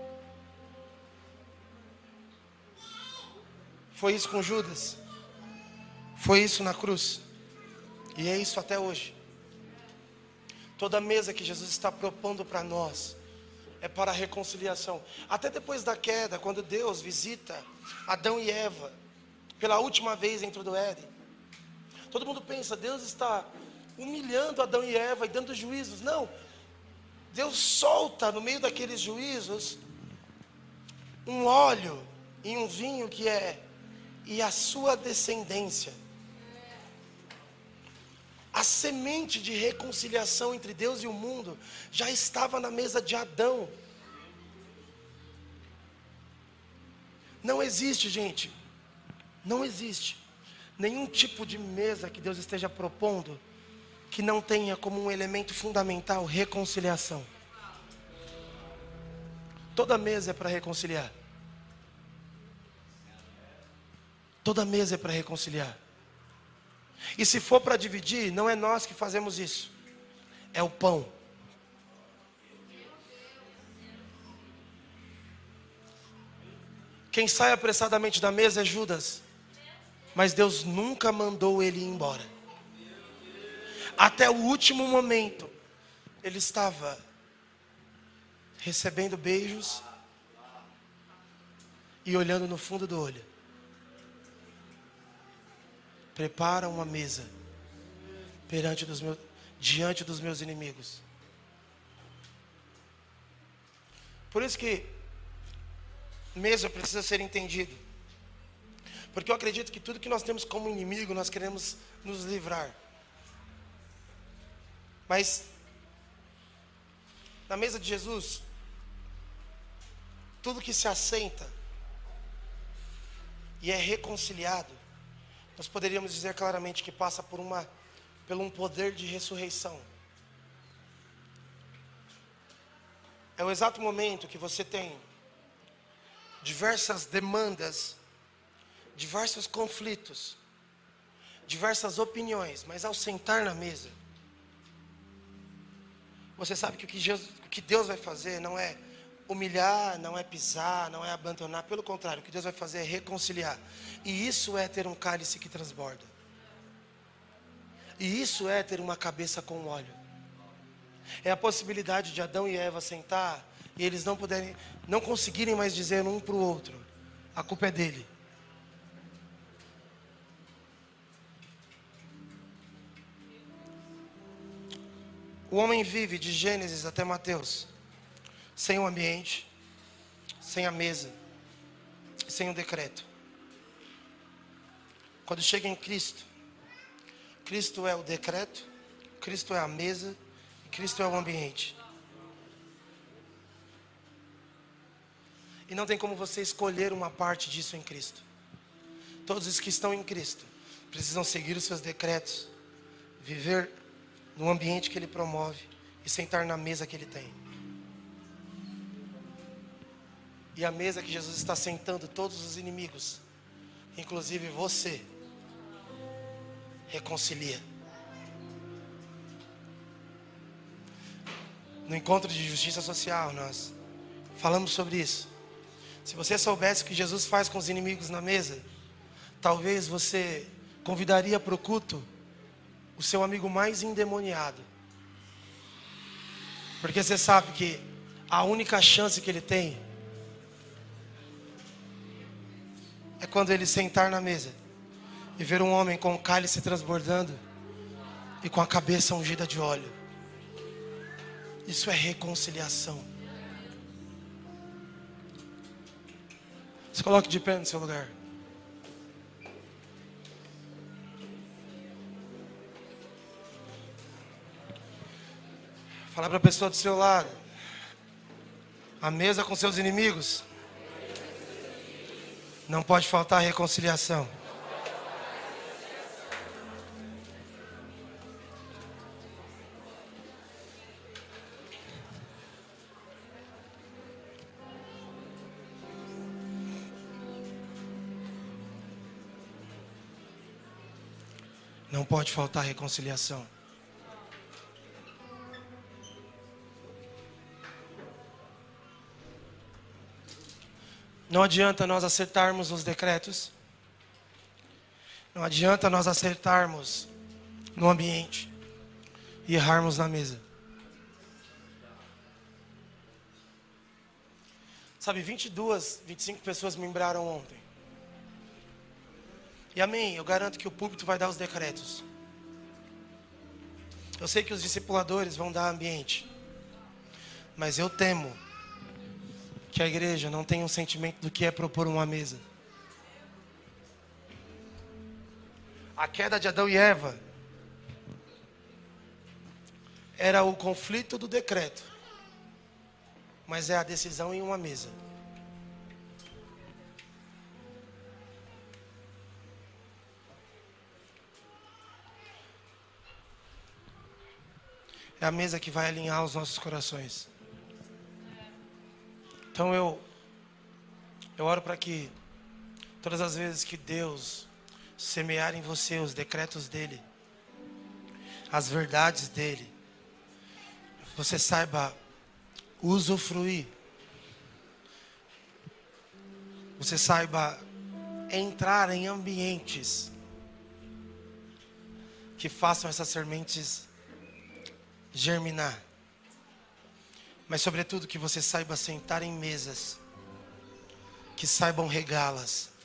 Foi isso com Judas. Foi isso na cruz. E é isso até hoje. Toda mesa que Jesus está propondo para nós é para a reconciliação. Até depois da queda, quando Deus visita Adão e Eva pela última vez dentro do Éden, todo mundo pensa, Deus está humilhando Adão e Eva e dando juízos. Não, Deus solta no meio daqueles juízos um óleo e um vinho que é e a sua descendência. A semente de reconciliação entre Deus e o mundo já estava na mesa de Adão. Não existe, gente, não existe nenhum tipo de mesa que Deus esteja propondo que não tenha como um elemento fundamental reconciliação. Toda mesa é para reconciliar. Toda mesa é para reconciliar. E se for para dividir, não é nós que fazemos isso. É o pão. Quem sai apressadamente da mesa é Judas. Mas Deus nunca mandou ele ir embora. Até o último momento, ele estava recebendo beijos e olhando no fundo do olho. Prepara uma mesa diante dos meus inimigos. Por isso que mesa precisa ser entendido. Porque eu acredito que tudo que nós temos como inimigo, nós queremos nos livrar. Mas na mesa de Jesus, tudo que se assenta e é reconciliado, nós poderíamos dizer claramente que passa por um poder de ressurreição. É o exato momento que você tem diversas demandas, diversos conflitos, diversas opiniões, mas ao sentar na mesa, você sabe que o que Deus vai fazer não é humilhar, não é pisar, não é abandonar. Pelo contrário, o que Deus vai fazer é reconciliar. E isso é ter um cálice que transborda. E isso é ter uma cabeça com óleo. É a possibilidade de Adão e Eva sentar e eles não conseguirem mais dizer um para o outro: a culpa é dele. O homem vive de Gênesis até Mateus sem o ambiente, sem a mesa, sem o decreto. Quando chega em Cristo, Cristo é o decreto, Cristo é a mesa, e Cristo é o ambiente. E não tem como você escolher uma parte disso em Cristo. Todos os que estão em Cristo precisam seguir os seus decretos, viver no ambiente que Ele promove e sentar na mesa que Ele tem. E a mesa que Jesus está sentando todos os inimigos, inclusive você, reconcilia. No encontro de justiça social, nós falamos sobre isso. Se você soubesse o que Jesus faz com os inimigos na mesa, talvez você convidaria para o culto o seu amigo mais endemoniado. Porque você sabe que a única chance que ele tem é quando ele sentar na mesa e ver um homem com o cálice transbordando e com a cabeça ungida de óleo. Isso é reconciliação. Se coloque de pé no seu lugar. Fala para a pessoa do seu lado: a mesa com seus inimigos não pode faltar reconciliação. Não pode faltar reconciliação. Não adianta nós acertarmos os decretos Não adianta nós acertarmos no ambiente e errarmos na mesa. Sabe, 22, 25 pessoas membraram ontem. E amém, eu garanto que o púlpito vai dar os decretos. Eu sei que os discipuladores vão dar ambiente. Mas eu temo que a igreja não tenha um sentimento do que é propor uma mesa. A queda de Adão e Eva era o conflito do decreto, mas é a decisão em uma mesa. É a mesa que vai alinhar os nossos corações. Então eu oro para que todas as vezes que Deus semear em você os decretos dele, as verdades dele, você saiba usufruir. Você saiba entrar em ambientes que façam essas sementes germinar. Mas sobretudo que você saiba sentar em mesas que saibam regá-las.